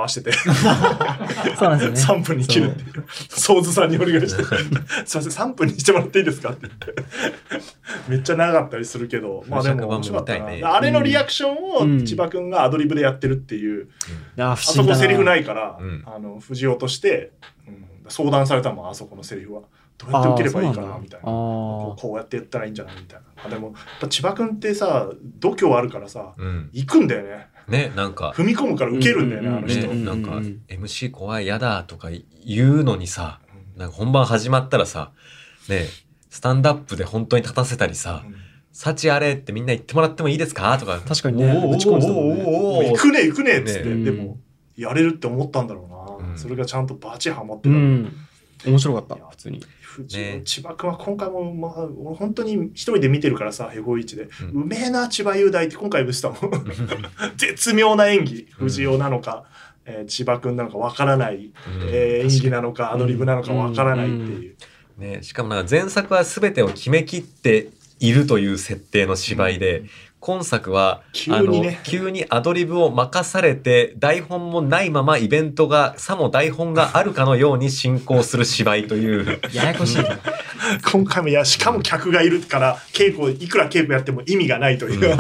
そうなんですよね。 さんぷんに切るっていう。ソーズさんにお願いして。すいません、さんぷんにしてもらっていいですかって言って。めっちゃ長かったりするけど、まあでも面白かったな、ね。あれのリアクションを千葉くんがアドリブでやってるっていう。うん、あ, あそこセリフないから、うん、あの藤尾として、うん、相談されたもん、あそこのセリフは。どうやって受ければいいかなみたいな。こう、こうやってやったらいいんじゃないみたいな。でも、やっぱ千葉くんってさ、度胸あるからさ、うん、行くんだよね。 ね、なんか。 踏み込むから受けるんだよね、うんうん、あの人。 ね、なんか、エムシー 怖い、やだとか言うのにさ、なんか本番始まったらさ、ね、スタンドアップで本当に立たせたりさ、うん幸あれってみんな言ってもらってもいいですかとか。 確かにね。おーおーおーおー行くね行くねっつって、ね、でもやれるって思ったんだろうな、うん、それがちゃんとバチハマってた、うん、 面白かった普通に。 ね、千葉君は今回も、まあ、俺本当に一人で見てるからさヘボイチで、うん、うめえな千葉雄大って今回見せたもん絶妙な演技藤尾なのか、うんえー、千葉君なのかわからない、うんえー、演技なのかアドリブなのかわからないっていう、 うんうんね、しかもなんか前作は全てを決めきっているという設定の芝居で、うん、今作は急にね、 あの急にアドリブを任されて台本もないままイベントがさも台本があるかのように進行する芝居というややこしい今回もいやしかも客がいるから稽古いくら稽古やっても意味がないという、うん、い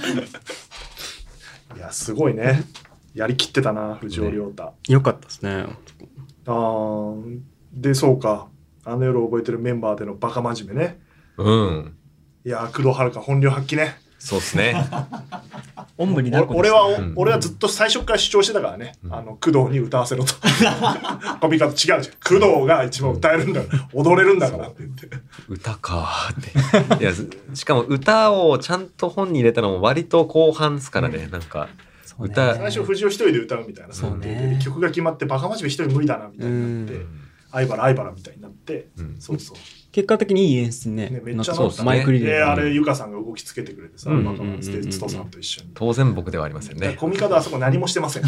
やすごいねやりきってたな藤尾亮太、ね、 よかったですね。 あでそうかあの夜覚えてるメンバーでのバカ真面目ね。 うんいや工藤遥本領発揮ね。 そうですねおんぶになること俺は、うん、俺はずっと最初から主張してたからね、うん、あの工藤に歌わせろとコミカド違うじゃん工藤が一番歌えるんだから、うん、踊れるんだからって言って歌かっていやしかも歌をちゃんと本に入れたのも割と後半ですからね、うん、なんか歌、ね、最初藤尾一人で歌うみたいなそう、ね、曲が決まってバカ真面目一人無理だなみたいになって相原相原みたいになって、うん、そうそう結果的にいい演出ね。 ねめっちゃそうですね。 マイクリレーであれゆかさんが動きつけてくれてさ、バカマンステツトさんと一緒に。 当然僕ではありませんね。 コミカドあそこ何もしてません。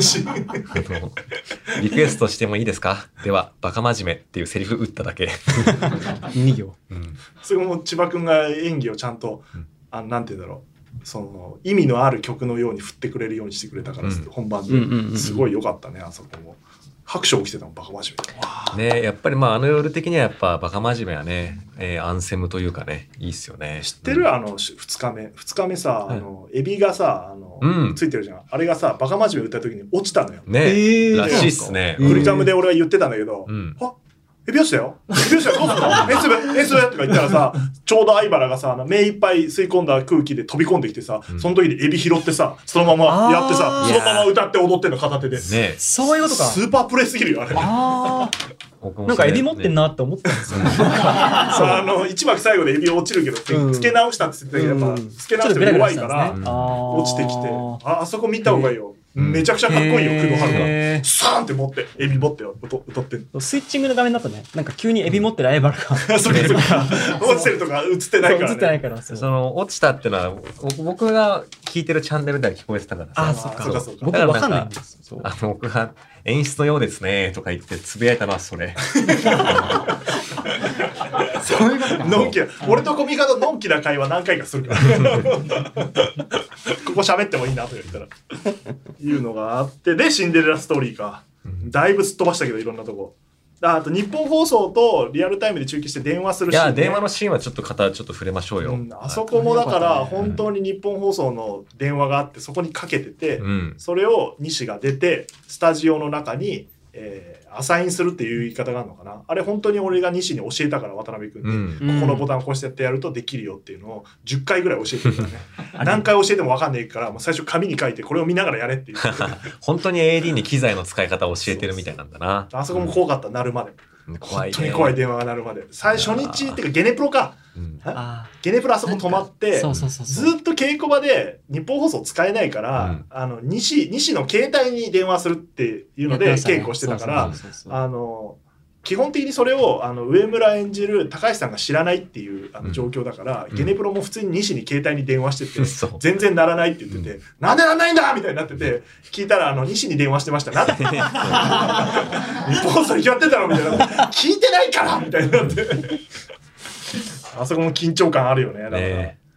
リクエストしてもいいですか。ではバカ真面目っていうセリフ打っただけ。 に行。 うん。それも千葉くんが演技をちゃんと、うん、あなんて言うんだろう。その意味のある曲のように振ってくれるようにしてくれたから、うん、本番ですごい良かったねあそこも。拍手を起きてたのバカ真面目ねやっぱりまああの夜的にはやっぱバカ真面目はね、えー、アンセムというかねいいっすよね。 知ってる、うん、あのふつかめふつかめさ、はい、あのエビがさあの、うん、ついてるじゃんあれがさバカ真面目歌った時に落ちたのよねえー、らしいっすね。 フリカムで俺は言ってたんだけど、うん、はエビ落ちたよエビ落ちたよどうすんのエスブエスブとか言ったらさちょうど相原がさ目いっぱい吸い込んだ空気で飛び込んできてさ、うん、その時にエビ拾ってさそのままやってさそのまま歌って踊ってんの片手で、 ね、そういうことかスーパープレイすぎるよあれあなんかエビ持ってんなって思ったんですよ、ね、 あの一幕最後でエビ落ちるけど、うん、付け直したって言ってたけどやっぱ付け直して弱いから、ね、落ちてきて あ, あそこ見た方がいいよめちゃくちゃかっこいいよ工藤遥がサーンって持ってエビ持って歌ってるスイッチングの画面だとねなんか急にエビ持ってる相原がそれとか落ちてるとか映ってないから、ね、 映ってないからその落ちたってのは僕が聞いてるチャンネルでは聞こえてたからあそっかそうかそうか僕わかんないんですそうあの僕が演出のようですねとか言ってつぶやいたのはそれそういうことのんきな俺とコミカドのんきな会話何回かするからここ喋ってもいいなとか言ったらいうのがあってでシンデレラストーリーかだいぶすっ飛ばしたけどいろんなとこあと日本放送とリアルタイムで中継して電話するシーン、ね、 いや電話のシーンはちょっと方ちょっと触れましょうよ、うん、 あそこもだから本当に日本放送の電話があってそこにかけてて、うん、それを西が出てスタジオの中に、えー、アサインするっていう言い方があるのかなあれ本当に俺が西に教えたから渡辺君に、うん、ここのボタンをこうしてやってやるとできるよっていうのをじゅっかいぐらい教えてるからね何回教えても分かんないからもう最初紙に書いてこれを見ながらやれっていう本当に エーディー に機材の使い方を教えてるみたいなんだなあそこも怖かった、うん、鳴るまで怖いね、 本当に怖い電話が鳴るまで最初日っていうかゲネプロか、うん、ゲネプロあそこ止まってそうそうそうそうずっと稽古場で日本放送使えないから、うん、あの 西, 西の携帯に電話するっていうので稽古してたからあの基本的にそれをあの上村演じる高橋さんが知らないっていうあの状況だから、うん、ゲネプロも普通に西に携帯に電話してて、うん、全然鳴らないって言ってて、うん、なんで鳴らないんだみたいになってて聞いたらあの西に電話してましたなんで日本放送行きやってたろみたいな聞いてないからみたいになってあそこも緊張感あるよねだから、ね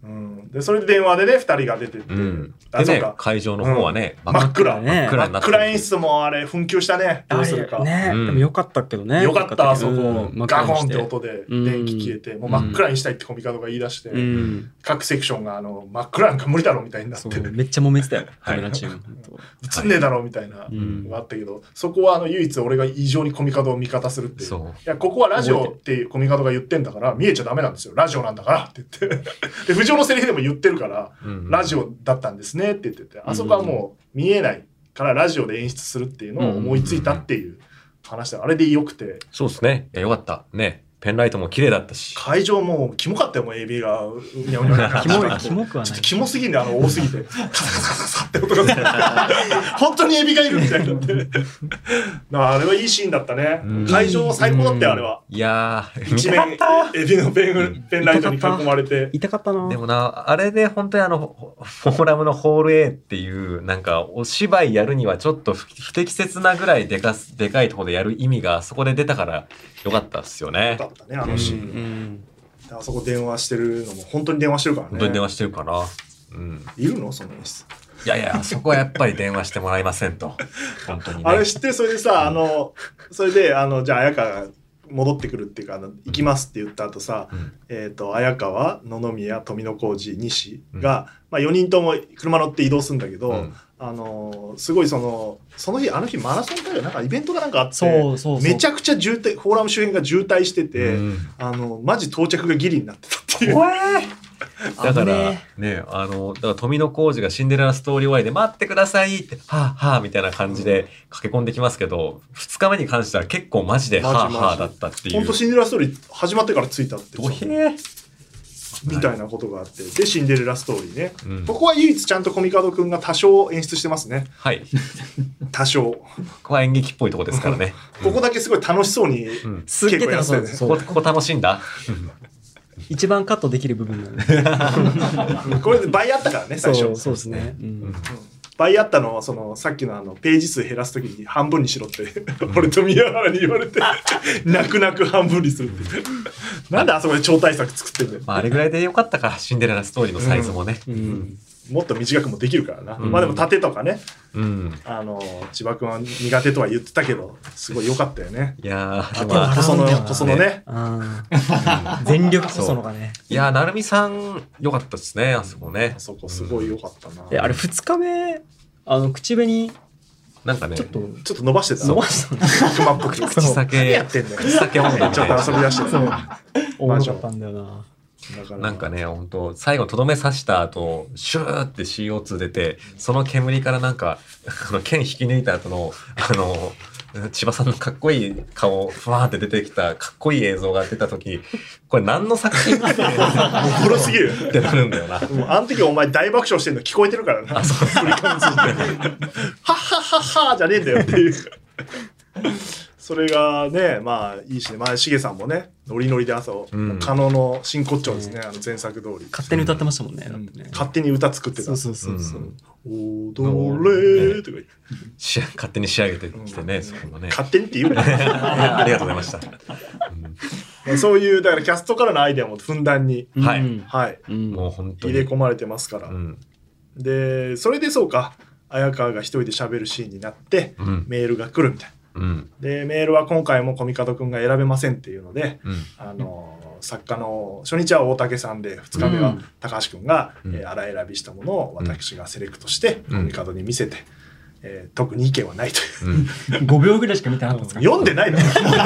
うん、でそれで電話でねふたりが出てって、うん、 でね会場の方はね、 うん、真っ暗、 ね、 真っ暗演出もあれ紛糾したねどうするかね、うん、でもよかったけどねよかったあそこ、うん、ガコンって音でうん、 電気消えてもう真っ暗にしたいってコミカドが言い出して、 うん、 各セクションがあの真っ暗なんか無理だろみたいになってめっちゃ揉めてたよカメラチーム映んねえだろみたいなのがあったけど、そこはあの唯一俺が異常にコミカドを味方するっていう、いやここはラジオってコミカドが言ってんだから見えちゃダメなんですよラジオなんだからって言ってで藤尾のセリフでも言ってるから、うん、ラジオだったんですねって言ってて、あそこはもう見えないからラジオで演出するっていうのを思いついたっていう話で、あれでよくて、 そうですね、いやよかったね、ペンライトも綺麗だったし会場もキモかったよ、もう エービー がうにゃうにゃキモいキモくはない、 ちょっとキモすぎんで、あの多すぎてカサカサカササって音が本当にエビがいるみたいになってあれはいいシーンだったね、うん、会場最高だったよあれは。 いやー一面エビのペン、ペンライトに囲まれて痛かったな。 でもなあれで本当にあのフォーラムのホール A っていうなんかお芝居やるにはちょっと不適切なぐらいでかすでかいところでやる意味がそこで出たからよかったっすよね。 よかったねあのシーン、うんうん、あそこ電話してるのも本当に電話してるからね。 本当に電話してるから、うん、 いるのその演出。 いやいやそこはやっぱり電話してもらえませんと本当に、ね、 あれ知ってる。それでさ、うん、あのそれであのじゃあ綾香が戻ってくるっていうかあの行きますって言った後さ、うん、えっ、ー、と綾川野々宮富野浩二西が、うんまあ、よにんとも車乗って移動するんだけど、うんあのー、すごいそのその日あの日マラソンだよなんかイベントがなんかあってそうそうそうめちゃくちゃ渋滞フォーラム周辺が渋滞してて、うん、あのマジ到着がギリになってたっていう。 だからねあのだから富野浩二がシンデレラストーリー終わりで待ってくださいってはあはあみたいな感じで駆け込んできますけど、ふつかめに関しては結構マジではあはあだったっていう。 本当シンデレラストーリー始まってから着いたってどへみたいなことがあって、でシンデレラストーリーね、うん、ここは唯一ちゃんとコミカドくんが多少演出してますね。 はい多少ここは演劇っぽいとこですからねここだけすごい楽しそうに稽古やってたよね。 ここここ楽しんだ一番カットできる部分なんでこれで倍あったからね最初。 そうそうですね、うんうん、 倍あったのはそのさっきのあのページ数減らすときに半分にしろって、うん、俺と宮原に言われて泣く泣く半分にするってなんであそこで超大作作ってんだよ、 まあ、あれぐらいでよかったかシンデレラストーリーのサイズもね、うんうんうんもっと短くもできるからな、うん、まあでも盾とかね、うん、あの千葉君は苦手とは言ってたけどすごい良かったよね。 いやーまあ、細野細野ね全力細野がね。 いやー成美さん良かったですねあそこね。 あそこすごい良かったな、 うん、あれふつかめあの口紅なんかねちょっとちょっと伸ばしてた伸ばした熊っぽく口先何やってんだよ口先温度ちょっと遊び出してたおもろかったんだよな。 なんかね本当最後とどめ刺した後シューって シーオーツー 出てその煙からなんかあの剣引き抜いた後のあの千葉さんのかっこいい顔ふわーって出てきたかっこいい映像が出た時これ何の作品っておもろすぎるってなるんだよな。 もうあの時お前大爆笑してんの聞こえてるからな。あそう振りかみついてはっはっはっはじゃねえんだよっていうそれがねまあいいしね、まあしげさんもねノリノリで朝を、うん、加納の真骨頂ですね、うん、あの前作通り勝手に歌ってましたもんね、うん、だってね勝手に歌作ってた。 そうそうそうそう、 うん、踊れーとか言って、 し勝手に仕上げてきてね、うん、そこね勝手にって言うねありがとうございました、 うん、そういうだからキャストからのアイデアもふんだんに、 うん、はい、 はい、 うん、もう本当に入れ込まれてますから、うん、でそれでそうか綾川が一人で喋るシーンになって、うん、メールが来るみたいな。うん、でメールは今回もコミカドくんが選べませんっていうので、うん、あの作家の初日は大竹さんでふつかめは高橋くんが、うんえー、荒選びしたものを私がセレクトして、うん、コミカドに見せて、えー、特に意見はないという、うん、 ごびょうぐらいしか見てなかったんですか。 読んでないの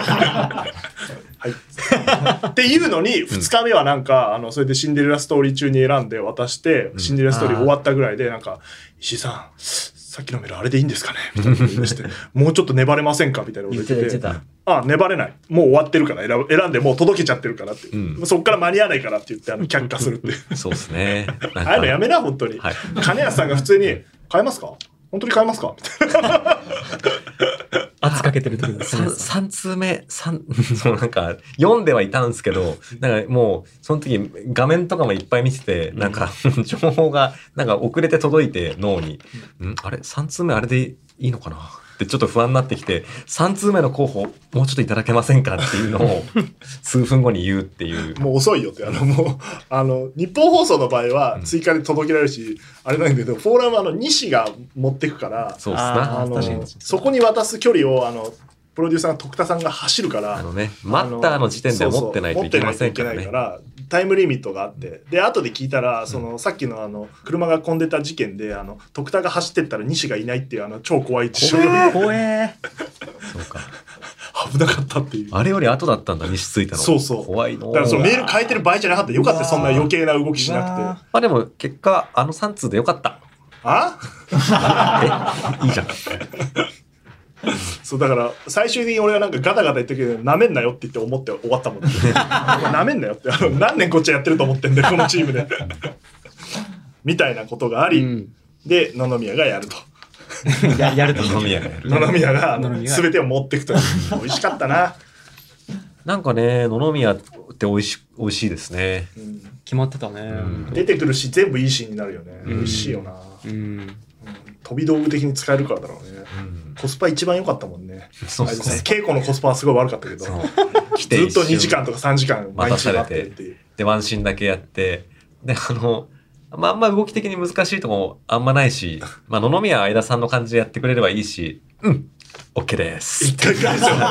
はいっていうのにふつかめはなんかあのそれでシンデレラストーリー中に選んで渡して、うん、シンデレラストーリー終わったぐらいでなんか石井さんさっきのメールあれでいいんですかねみたいなこと言いしてもうちょっと粘れませんかみたいなこと言ってて、言ってたあ粘れないもう終わってるから選選んでもう届けちゃってるからって、うん、そっから間に合わないからって言ってあの却下するってそうですねああいうのやめな本当に、はい、金安さんが普通に買えますか本当に買えますかみたいな圧かけてる時です 3, さん通目三そうなんか読んではいたんですけどなんかもうその時画面とかもいっぱい見ててなんか情報がなんか遅れて届いて脳に、うん、あれさん通目あれでいいのかなってちょっと不安になってきて、さん通目の候補、もうちょっといただけませんかっていうのを数分後に言うっていう。 もう遅いよって、あの、もう、あの、日本放送の場合は追加で届けられるし、うん、あれなんだけど、フォーラムはあの、西が持ってくから、 そうですな。 あの、そこに渡す距離を、あの、プロデューサーの徳田さんが走るから、 あのね、マッターの時点で持ってないといけませんからね。 持ってないといけないから、タイムリミットがあって、で、後で聞いたら、その、うん、さっきのあの、車が混んでた事件で、あの、徳田が走ってったら西がいないっていう、あの、超怖い事象が。 怖えそうか。 危なかったっていう。 あれより後だったんだ、西ついたの。 そうそう。 怖いの。 だからそのメール変えてる場合じゃなかった。よかった、そんな余計な動きしなくて。まあでも、結果、あのさん通でよかった。 あえいいじゃん。 そうだから最終的に俺がなんかガタガタ言ったけどなめんなよって言って思って終わったもんね。なめんなよって何年こっちゃやってると思ってんだよこのチームでみたいなことがあり、うん、で野々宮がやるとや, やると野々宮がやる野々宮が全てを持っていくと美味しかったな。 なんかね野々宮って美味し美味しいですね、 うん、決まってたね、うん、 出てくるし全部いいシーンになるよね、うん、美味しいよな、うんうん飛び道具的に使えるからだろうね、うん、コスパ一番良かったもんね。そうそうそう稽古のコスパはすごい悪かったけどずっとにじかんとかさんじかん毎日待ってるっていうでワンシーンだけやってであの、まあ、あんま動き的に難しいとこあんまないし、まあ、野々宮相田さんの感じでやってくれればいいしうん OK です一回返すよ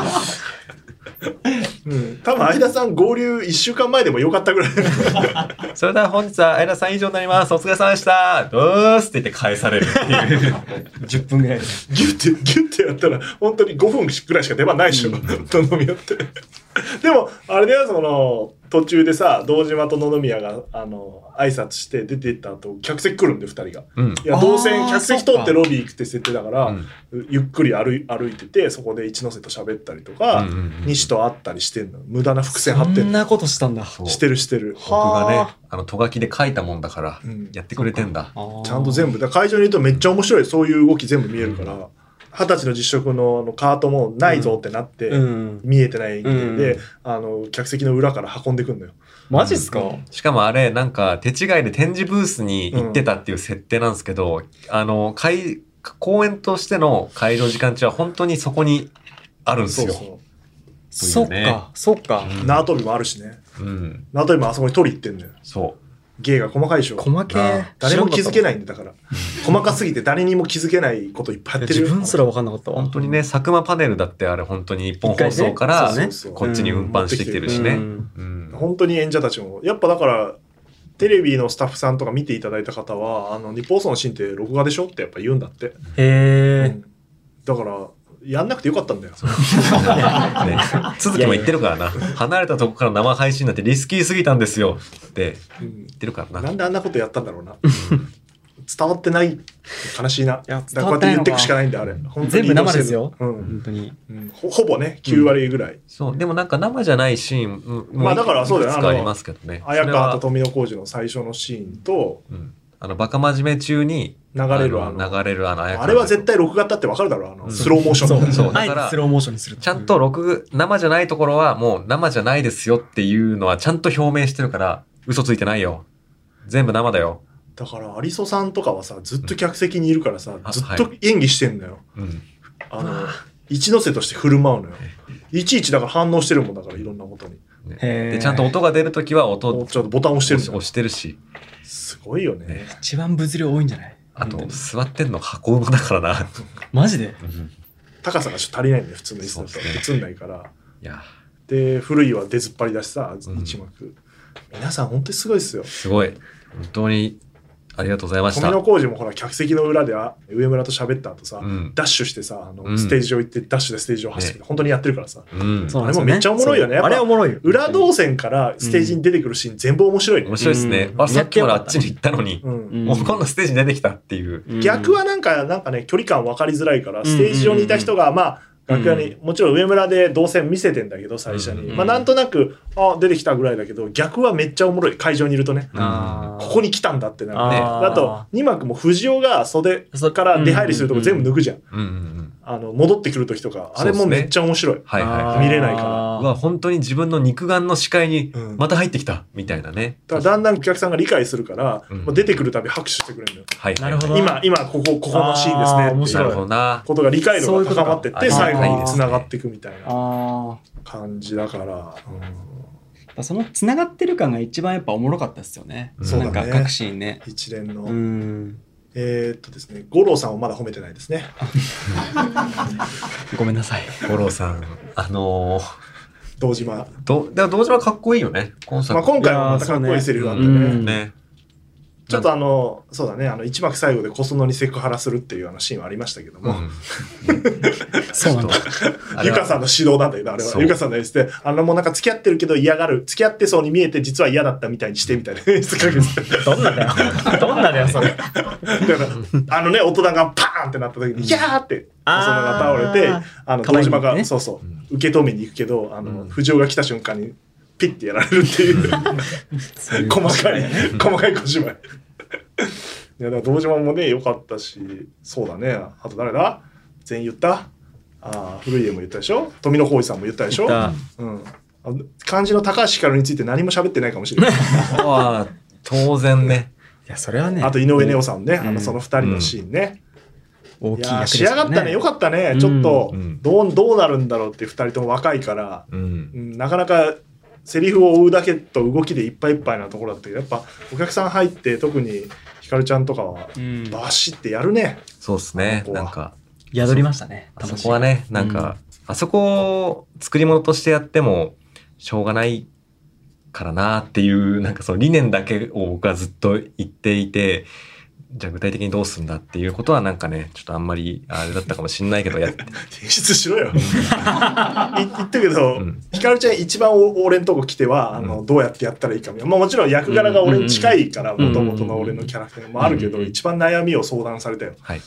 うん、多分相田さん合流いっしゅうかんまえでもよかったぐらいそれでは本日は相田さん以上になりますお疲れ様でしたどうーすって言って返されるっていうじゅっぷんぐらいでギュッてギュッてやったら本当にごふんぐらいしか出番ないでしょ野々宮ってでもあれだよその途中でさ堂島と野々宮があの挨拶して出て行った後客席来るんでふたりが、うん、いや動線客席通ってロビー行くって設定だから、うん、ゆっくり歩い、歩いててそこで一ノ瀬と喋ったりとか、うんうんうん、西と会ったりしてんの無駄な伏線張ってんのそんなことしたんだしてるしてる僕がねあのとがきで書いたもんだからやってくれてんだ、 うん、ちゃんと全部だ会場にいるとめっちゃ面白いそういう動き全部見えるから、うん二十歳の実食 の, のカートもないぞってなって、うん、見えてないで、うん、あの客席の裏から運んでくんのよ。 マジっすか、うん、 しかもあれなんか手違いで展示ブースに行ってたっていう設定なんですけど、うん、あの会公演としての会場時間中は本当にそこにあるんですよ。そうそう、ね、そっかそっか、 うん、縄跳びもあるしね、うん、縄跳びもあそこに取り行ってんのよ。 そう芸が細かいでしょ。 細け誰も気づけないんでだから細かすぎて誰にも気づけないこといっぱいやってるよ。 自分すら分かんなかったわ。 本当にね佐久間パネルだってあれ本当に日本放送から、ねね、こっちに運搬してきてるしね、うんうん、本当に演者たちもやっぱだからテレビのスタッフさんとか見ていただいた方はあの日本放送のシーンって録画でしょってやっぱ言うんだって。 へー、うん、 だからやんなくてよかったんだよ。 ね、続きも言ってるからな。離れたとこから生配信になってリスキーすぎたんですよって言ってるからな。 なんであんなことやったんだろうな。伝わってない悲しいな。いやだからこうやって言ってくしかないんだあれ。本当に全部生ですよ。 うん、 本当に、 うん、ほ, ほぼねきゅうわりぐらい、うん。 そうでもなんか生じゃないシーンまあだからそうだよね。 ありますけどね。 綾川と富野浩二の最初のシーンと。 うんあのバカ真面目中に流れるあの流れるあのあれは絶対録画だってわかるだろうあの、うん、スローモーションそうそうだからスローモーションにするちゃんと録生じゃないところはもう生じゃないですよっていうのはちゃんと表明してるから嘘ついてないよ全部生だよ。 だから有曽さんとかはさずっと客席にいるからさ、うん、ずっと演技してんのよ、はい、あの一ノ瀬として振る舞うのよいちいちだから反応してるもんだからいろんなことに、 ね、でちゃんと音が出るときは音ちょっとボタン押してるんだよ押してるしすごいよね。ね一番物量多いんじゃない？ あと座ってんの箱馬だからな。 マジで？ 高さがちょっと足りないんだよ普通の椅子だと映んないから。 いやで古いは出ずっぱりだしさ一幕、うん、皆さん本当にすごいですよ。 すごい本当にありがとうございました。 富野浩二もほら客席の裏で上村と喋った後さ、うん、ダッシュしてさあの、うん、ステージ上行ってダッシュでステージを走って、ね、本当にやってるからさ、うん、あれもめっちゃおもろいよね。 あれおもろいよ。 裏動線からステージに出てくるシーン全部面白いね。 面白いですね。うん、あさっきまであっちに行ったのに、うん、もう今度ステージに出てきたっていう。 うん、逆はなんかなんかね距離感分かりづらいからステージ上にいた人がまあ楽屋に、うん、もちろん上村で動線見せてんだけど最初に、うん、まあなんとなくあ出てきたぐらいだけど逆はめっちゃおもろい会場にいるとね、うん、ここに来たんだってなるね。あとに幕も藤尾が袖から出入りするとこ全部抜くじゃん、うんうんうん、 あの戻ってくる時とかあれもめっちゃ面白い、 ね、はいはいはい、 見れないからうわ本当に自分の肉眼の視界にまた入ってきたみたいなね、 うん、だからだんだんお客さんが理解するから、うん、出てくるたび拍手してくれるんだよ、 はいはいはい、 なるほど今今ここここのシーンですねっていうことが理解度が高まってって最後につながっていくみたいな感じだから、 うん、そのつながってる感が一番やっぱおもろかったですよね、うん、そうなんか各シーンね一連の、 うん、 えー、っとですね五郎さんをまだ褒めてないですねごめんなさい五郎さんあのー、 堂島どだ堂島かっこいいよね今作、まあ、今回もまたかっこいいセリフだったね、うん、 ねちょっとあのそうだねあの一幕最後で小園にセクハラするっていうあのシーンはありましたけども、うん、 そうなんだゆかさんの指導なんだけどあれはゆかさんの演出であのもうなんか付き合ってるけど嫌がる付き合ってそうに見えて実は嫌だったみたいにしてみたいな演出かけてどんなだよどんなだよそれだからあのね大人がパーンってなった時に「いやー!」って小園が倒れてあの堂島が、ね、そうそう受け止めに行くけどあの、うん、藤尾が来た瞬間にピッてやられるっていう細かい細かい小芝居いやだから堂島もね良かったしそうだねあと誰だ全員言ったあ古家も言ったでしょ富野浩二さんも言ったでしょ、うん、漢字の高橋ひかるについて何も喋ってないかもしれないあ当然ねいやそれはねあと井上ネオさんね、うん、あのそのふたりのシーンね、うん、大きい役ですね、いや仕上がったねよかったね、うん、ちょっとどう、どうなるんだろうってふたりとも若いから、うんうん、なかなかセリフを追うだけと動きでいっぱいいっぱいなところだったけどやっぱお客さん入って特にひかるちゃんとかはバシってやるね、 うん、そうですねなんか宿りましたねあそこはねなんか、うん、あそこを作り物としてやってもしょうがないからなっていうなんかその理念だけを僕はずっと言っていてじゃあ具体的にどうするんだっていうことはなんかねちょっとあんまりあれだったかもしれないけどやって提出しろよ言ったけど、うん、ひかるちゃん一番俺のとこ来てはあの、うん、どうやってやったらいいかみたいな、まあ、もちろん役柄が俺に近いからもともとの俺のキャラクターもあるけど、うん、一番悩みを相談されたよはい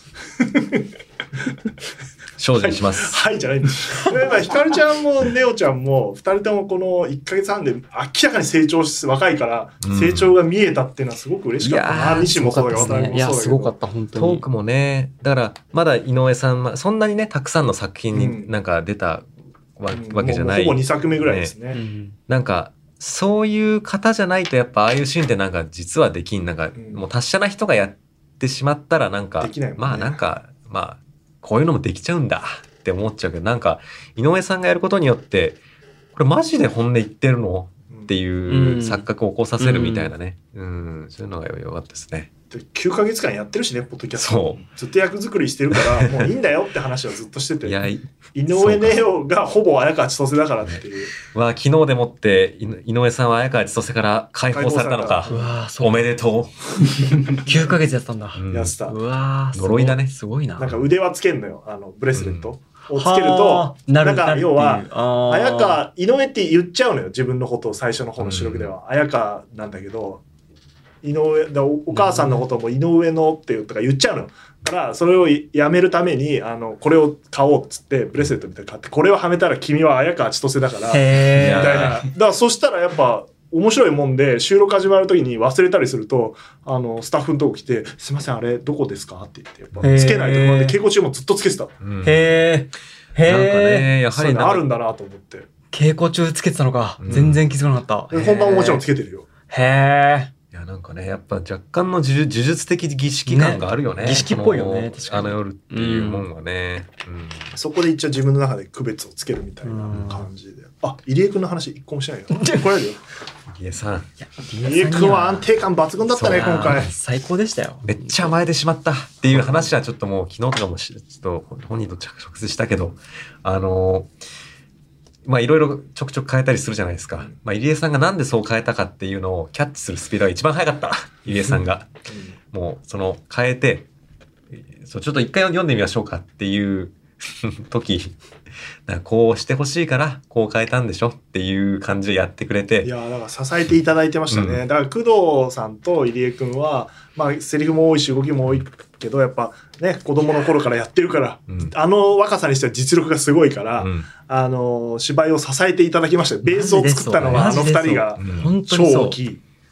精進します。 はい、はい、じゃないんです。ひかるちゃんもネオちゃんもふたりともこのいっかげつはんで明らかに成長して若いから成長が見えたっていうのはすごく嬉しかったな。うん、西もそうだけど、渡辺もそうだけど。 いやすごかった本当に。 トークもね、だからまだ井上さんそんなにねたくさんの作品になんか出たわ、うん、わけじゃない。 ほぼにさくめぐらいですね。 ねなんかそういう方じゃないとやっぱああいうシーンってなんか実はできんなんか、うん、もう達者な人がやってしまったらなんか、ね、まあなんかまあこういうのもできちゃうんだって思っちゃうけどなんか井上さんがやることによってこれマジで本音言ってるのっていう錯覚を起こさせるみたいなね、うん、うん、そういうのが良かったですね。 きゅうかげつかんやってるしねポッドキャストそうずっと役作りしてるからもういいんだよって話はずっとしてていや井上ネオがほぼ綾川千歳だからっていう、 ね、わ昨日でもって井上さんは綾川千歳から解放されたのかうわおめでとうきゅうかげつやったんだ、 うん、やってたうわ呪いだねすごいななんか腕輪つけんのよあのブレスレット、うん、をつけるとなんか要は綾川井上って言っちゃうのよ自分のことを最初の方の収録では、うん、綾川なんだけど井上だ お, お母さんのことも井上のってとか言っちゃうのだからそれをやめるためにあのこれを買おうっつってブレスレットみたいな買ってこれをはめたら君は綾川千歳だからみたいなだからそしたらやっぱ面白いもんで収録始まる時に忘れたりするとあのスタッフのとこ来てすいませんあれどこですかって言ってやっぱつけないところで稽古中もずっとつけてた、うん、 へえなんかねやはりあるんだなと思って稽古中つけてたのか、うん、全然気づかなかった本番ももちろんつけてるよへえいやなんかねやっぱ若干の呪術的儀式感があるよね儀式っぽいよね確かにあの夜っていうもんはね、うんうん、そこで一応自分の中で区別をつけるみたいな感じで、うん、あ入江くんの話一個もしないよこれよ入江さん入江くんは安定感抜群だったね今回最高でしたよめっちゃ甘えてしまったっていう話はちょっともう昨日とかもちょっと本人と直接したけどあのーまあいろいろちょくちょく変えたりするじゃないですか。まあ入江さんがなんでそう変えたかっていうのをキャッチするスピードが一番速かった。入江さんが。もうその変えて、そうちょっと一回読んでみましょうかっていう時、なんかこうしてほしいからこう変えたんでしょっていう感じでやってくれて。 いやだから支えていただいてましたね。うん、だから工藤さんと入江くんは、まあセリフも多いし動きも多いけどやっぱね子供の頃からやってるから、うん、あの若さにしては実力がすごいから、うん、あの芝居を支えていただきました。ベースを作ったのはあの二人が超大きい。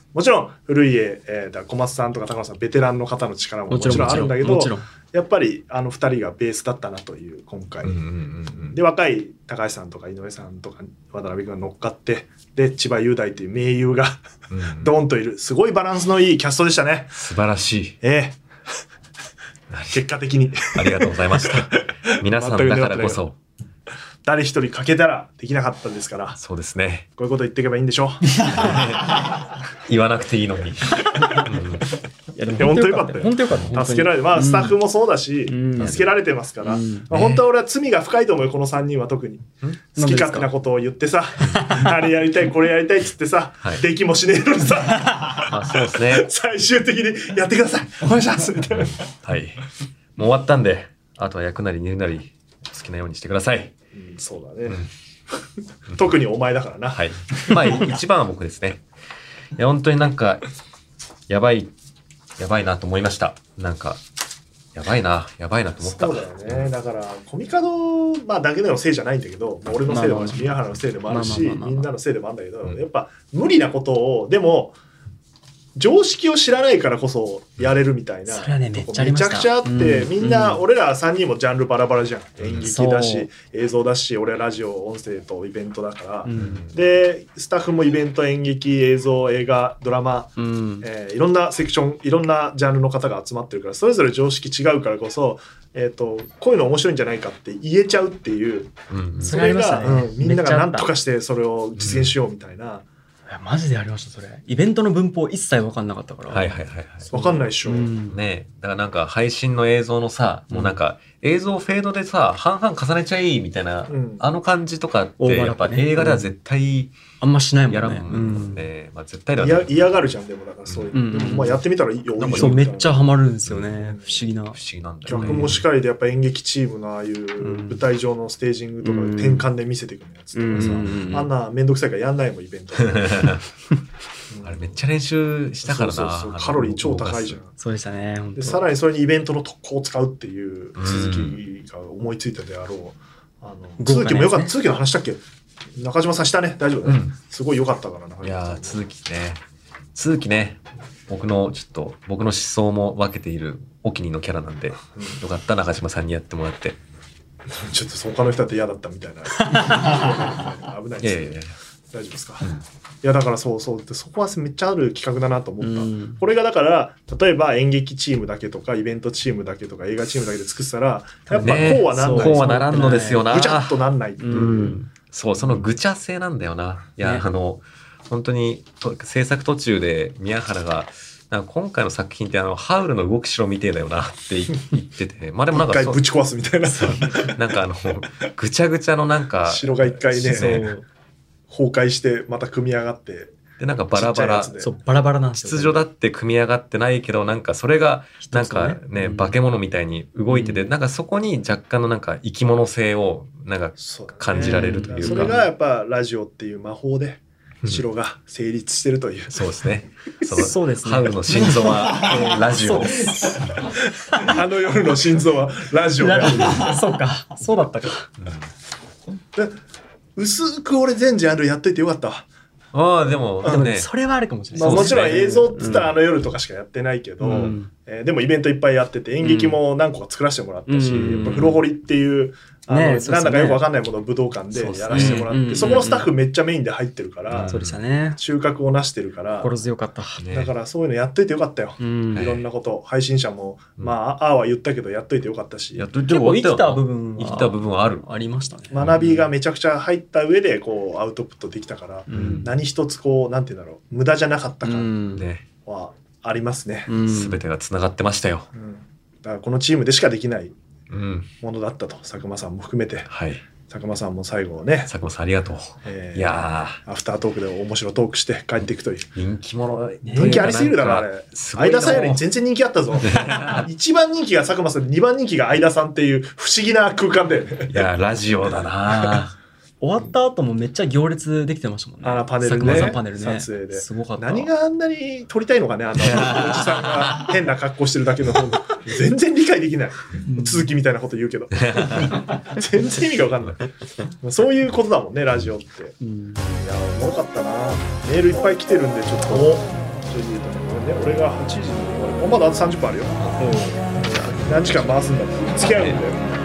もちろん古い家、えー、だ小松さんとか高野さんベテランの方の力ももちろんあるんだけど、やっぱりあのふたりがベースだったなという今回、うんうんうんうん、で若い高橋さんとか井上さんとか渡辺君が乗っかってで千葉雄大という名優がドーンといるすごいバランスのいいキャストでしたね。 素晴らしい。 ええ結果的にありがとうございました皆さんだからこそ誰一人欠けたらできなかったですから。 そうですね。 こういうこと言っていけばいいんでしょう言わなくていいのに、うん、いやでも本当よかったよ。本当よかった。助けられて、まあスタッフもそうだし、うん、助けられてますから、うんまあ、本当は俺は罪が深いと思うよ。このさんにんは特に好き勝手なことを言ってさあれやりたいこれやりたいっつってさ、はい、できもしねえのにさあそうですね最終的にやってくださいお願いしますみたいなはいもう終わったんであとは焼くなり煮るなり好きなようにしてください。 うん、そうだね、うん、特にお前だからな。 はいまあ一番は僕ですね。いや本当になんかやばいやばいなと思いました。なんかやばいなやばいなと思った。 そうだよね。だからコミカド、まあ、だけでのせいじゃないんだけど、まあ、俺のせいでもあるし宮原のせいでもあるしみんなのせいでもあるんだけど、うん、やっぱ無理なことをでも常識を知らないからこそやれるみたいな、 それはねめっちゃありました。めちゃくちゃあって、うん、みんな、うん、俺らさんにんもジャンルバラバラじゃん。演劇だし映像だし俺はラジオ音声とイベントだから、うん、でスタッフもイベント演劇映像映画ドラマ、うんえー、いろんなセクションいろんなジャンルの方が集まってるからそれぞれ常識違うからこそ、えー、とこういうの面白いんじゃないかって言えちゃうっていう、うん、それが、ねうん、みんなが何とかしてそれを実現しようみたいな。 いやマジでありましたそれ。イベントの文法一切分かんなかったから。 はいはいはい、はい、 分かんないっしょ、うん、 ねえだからなんか配信の映像のさ、うん、もうなんか映像フェードでさ半々重ねちゃいみたいな、うん、あの感じとかってやっぱ映画では絶対あんましないもんね。 やらんもんね、うんまあ、絶対だよね。嫌がるじゃんでもだからそういう、うん、でもまあやってみたらいいよ。 なんかそうめっちゃハマるんですよね、うん、不思議な不思議なんだよね。 逆もしかりでやっぱ演劇チームのああいう舞台上のステージングとかで転換で見せていくのやつとかさ、うん、あんなめんどくさいからやんないもんイベントあれめっちゃ練習したからな。そうそうそうカロリー超高いじゃん。 そうでしたね。 でさらにそれにイベントの特攻を使うっていう続きが思いついたであろう、あの続きもよかった。続きの話したっけ。中島さんしたね大丈夫ね、うん、すごい良かったからな。 いや続きね続きね僕のちょっと僕の思想も分けているお気に入りのキャラなんで、うん、よかった中島さんにやってもらってちょっと他の人だって嫌だったみたいな危ないですね。いやいやいや大丈夫ですか、うん、いやだからそうそうってそこはめっちゃある企画だなと思った、うん、これがだから例えば演劇チームだけとかイベントチームだけとか映画チームだけで作ってたらやっぱこうはなんない、 ね、こうはならんのですよな。 ぐちゃっとなんないっていう、うん、 そうそのぐちゃ性なんだよな。いや、ね、あの本当に制作途中で宮原がなんか今回の作品ってあのハウルの動きしろみてえだよなって言っててまあでもなんか一回ぶち壊すみたいななんかあのぐちゃぐちゃのなんか城が一回ね崩壊してまた組み上がってでなんかバラバラそうバラバラなんですよ。 秩序だって組み上がってないけどなんかそれがなんかね、ね、化け物みたいに動いてて、うん、なんかそこに若干のなんか生き物性をなんか感じられるというか、 それがやっぱラジオっていう魔法で城が成立してるという、 うん、そうですね。そのそうですね。ハウルの心臓はラジオです。 あの夜の心臓はラジオである。 そうかそうだったか、 うん、で薄く俺全ジャンルやっといてよかったわ。 ああでも、 でもね、それはあるかもしれない、 まあ、もちろん映像っつったらあの夜とかしかやってないけど、うんえー、でもイベントいっぱいやってて演劇も何個か作らせてもらったし、うん、やっぱ風呂堀っていうあの、ね、なんだかよく分かんないものを武道館でやらせてもらって、 そ, ね、そこのスタッフめっちゃメインで入ってるから、うん、 そうでしたね、 収穫をなしてるから心強かった、 ね、だからそういうのやっといてよかったよ、うん、いろんなこと配信者も、うん、まあああは言ったけどやっといてよかったし、 やっといてよかった。 生きた部分は生きた部分はあるありましたね。 学びがめちゃくちゃ入った上でこうアウトプットできたから、うん、何一つこうなんていうんだろう無駄じゃなかった感はありますね。 すべ、うん、てがつながってましたよ、うん、 だからこのチームでしかできないものだったと、佐久間さんも含めて、 はい、 佐久間さんも最後ね、 佐久間さんありがとう、えー、いやアフタートークで面白トークして帰っていくという、 人気者、 人気ありすぎるだろあれ。相田さんより全然人気あったぞ一番人気が佐久間さん、にばん人気が相田さんっていう不思議な空間でいやラジオだな終わった後もめっちゃ行列できてましたもんね。 あのパネルね、 佐久間さんパネルね、 撮影ですごかった。 何があんなに撮りたいのかね、あのおじさんが変な格好してるだけの全然理解できない、うん、続きみたいなこと言うけど全然意味が分かんないそういうことだもんねラジオって、うん、いやおもろかったな。メールいっぱい来てるんでちょっとそれで言うとね、俺ね、俺がはちじに終わる。まだあとさんじゅっぷんあるよ。うん。何時間回すんだって。付き合うんだよ。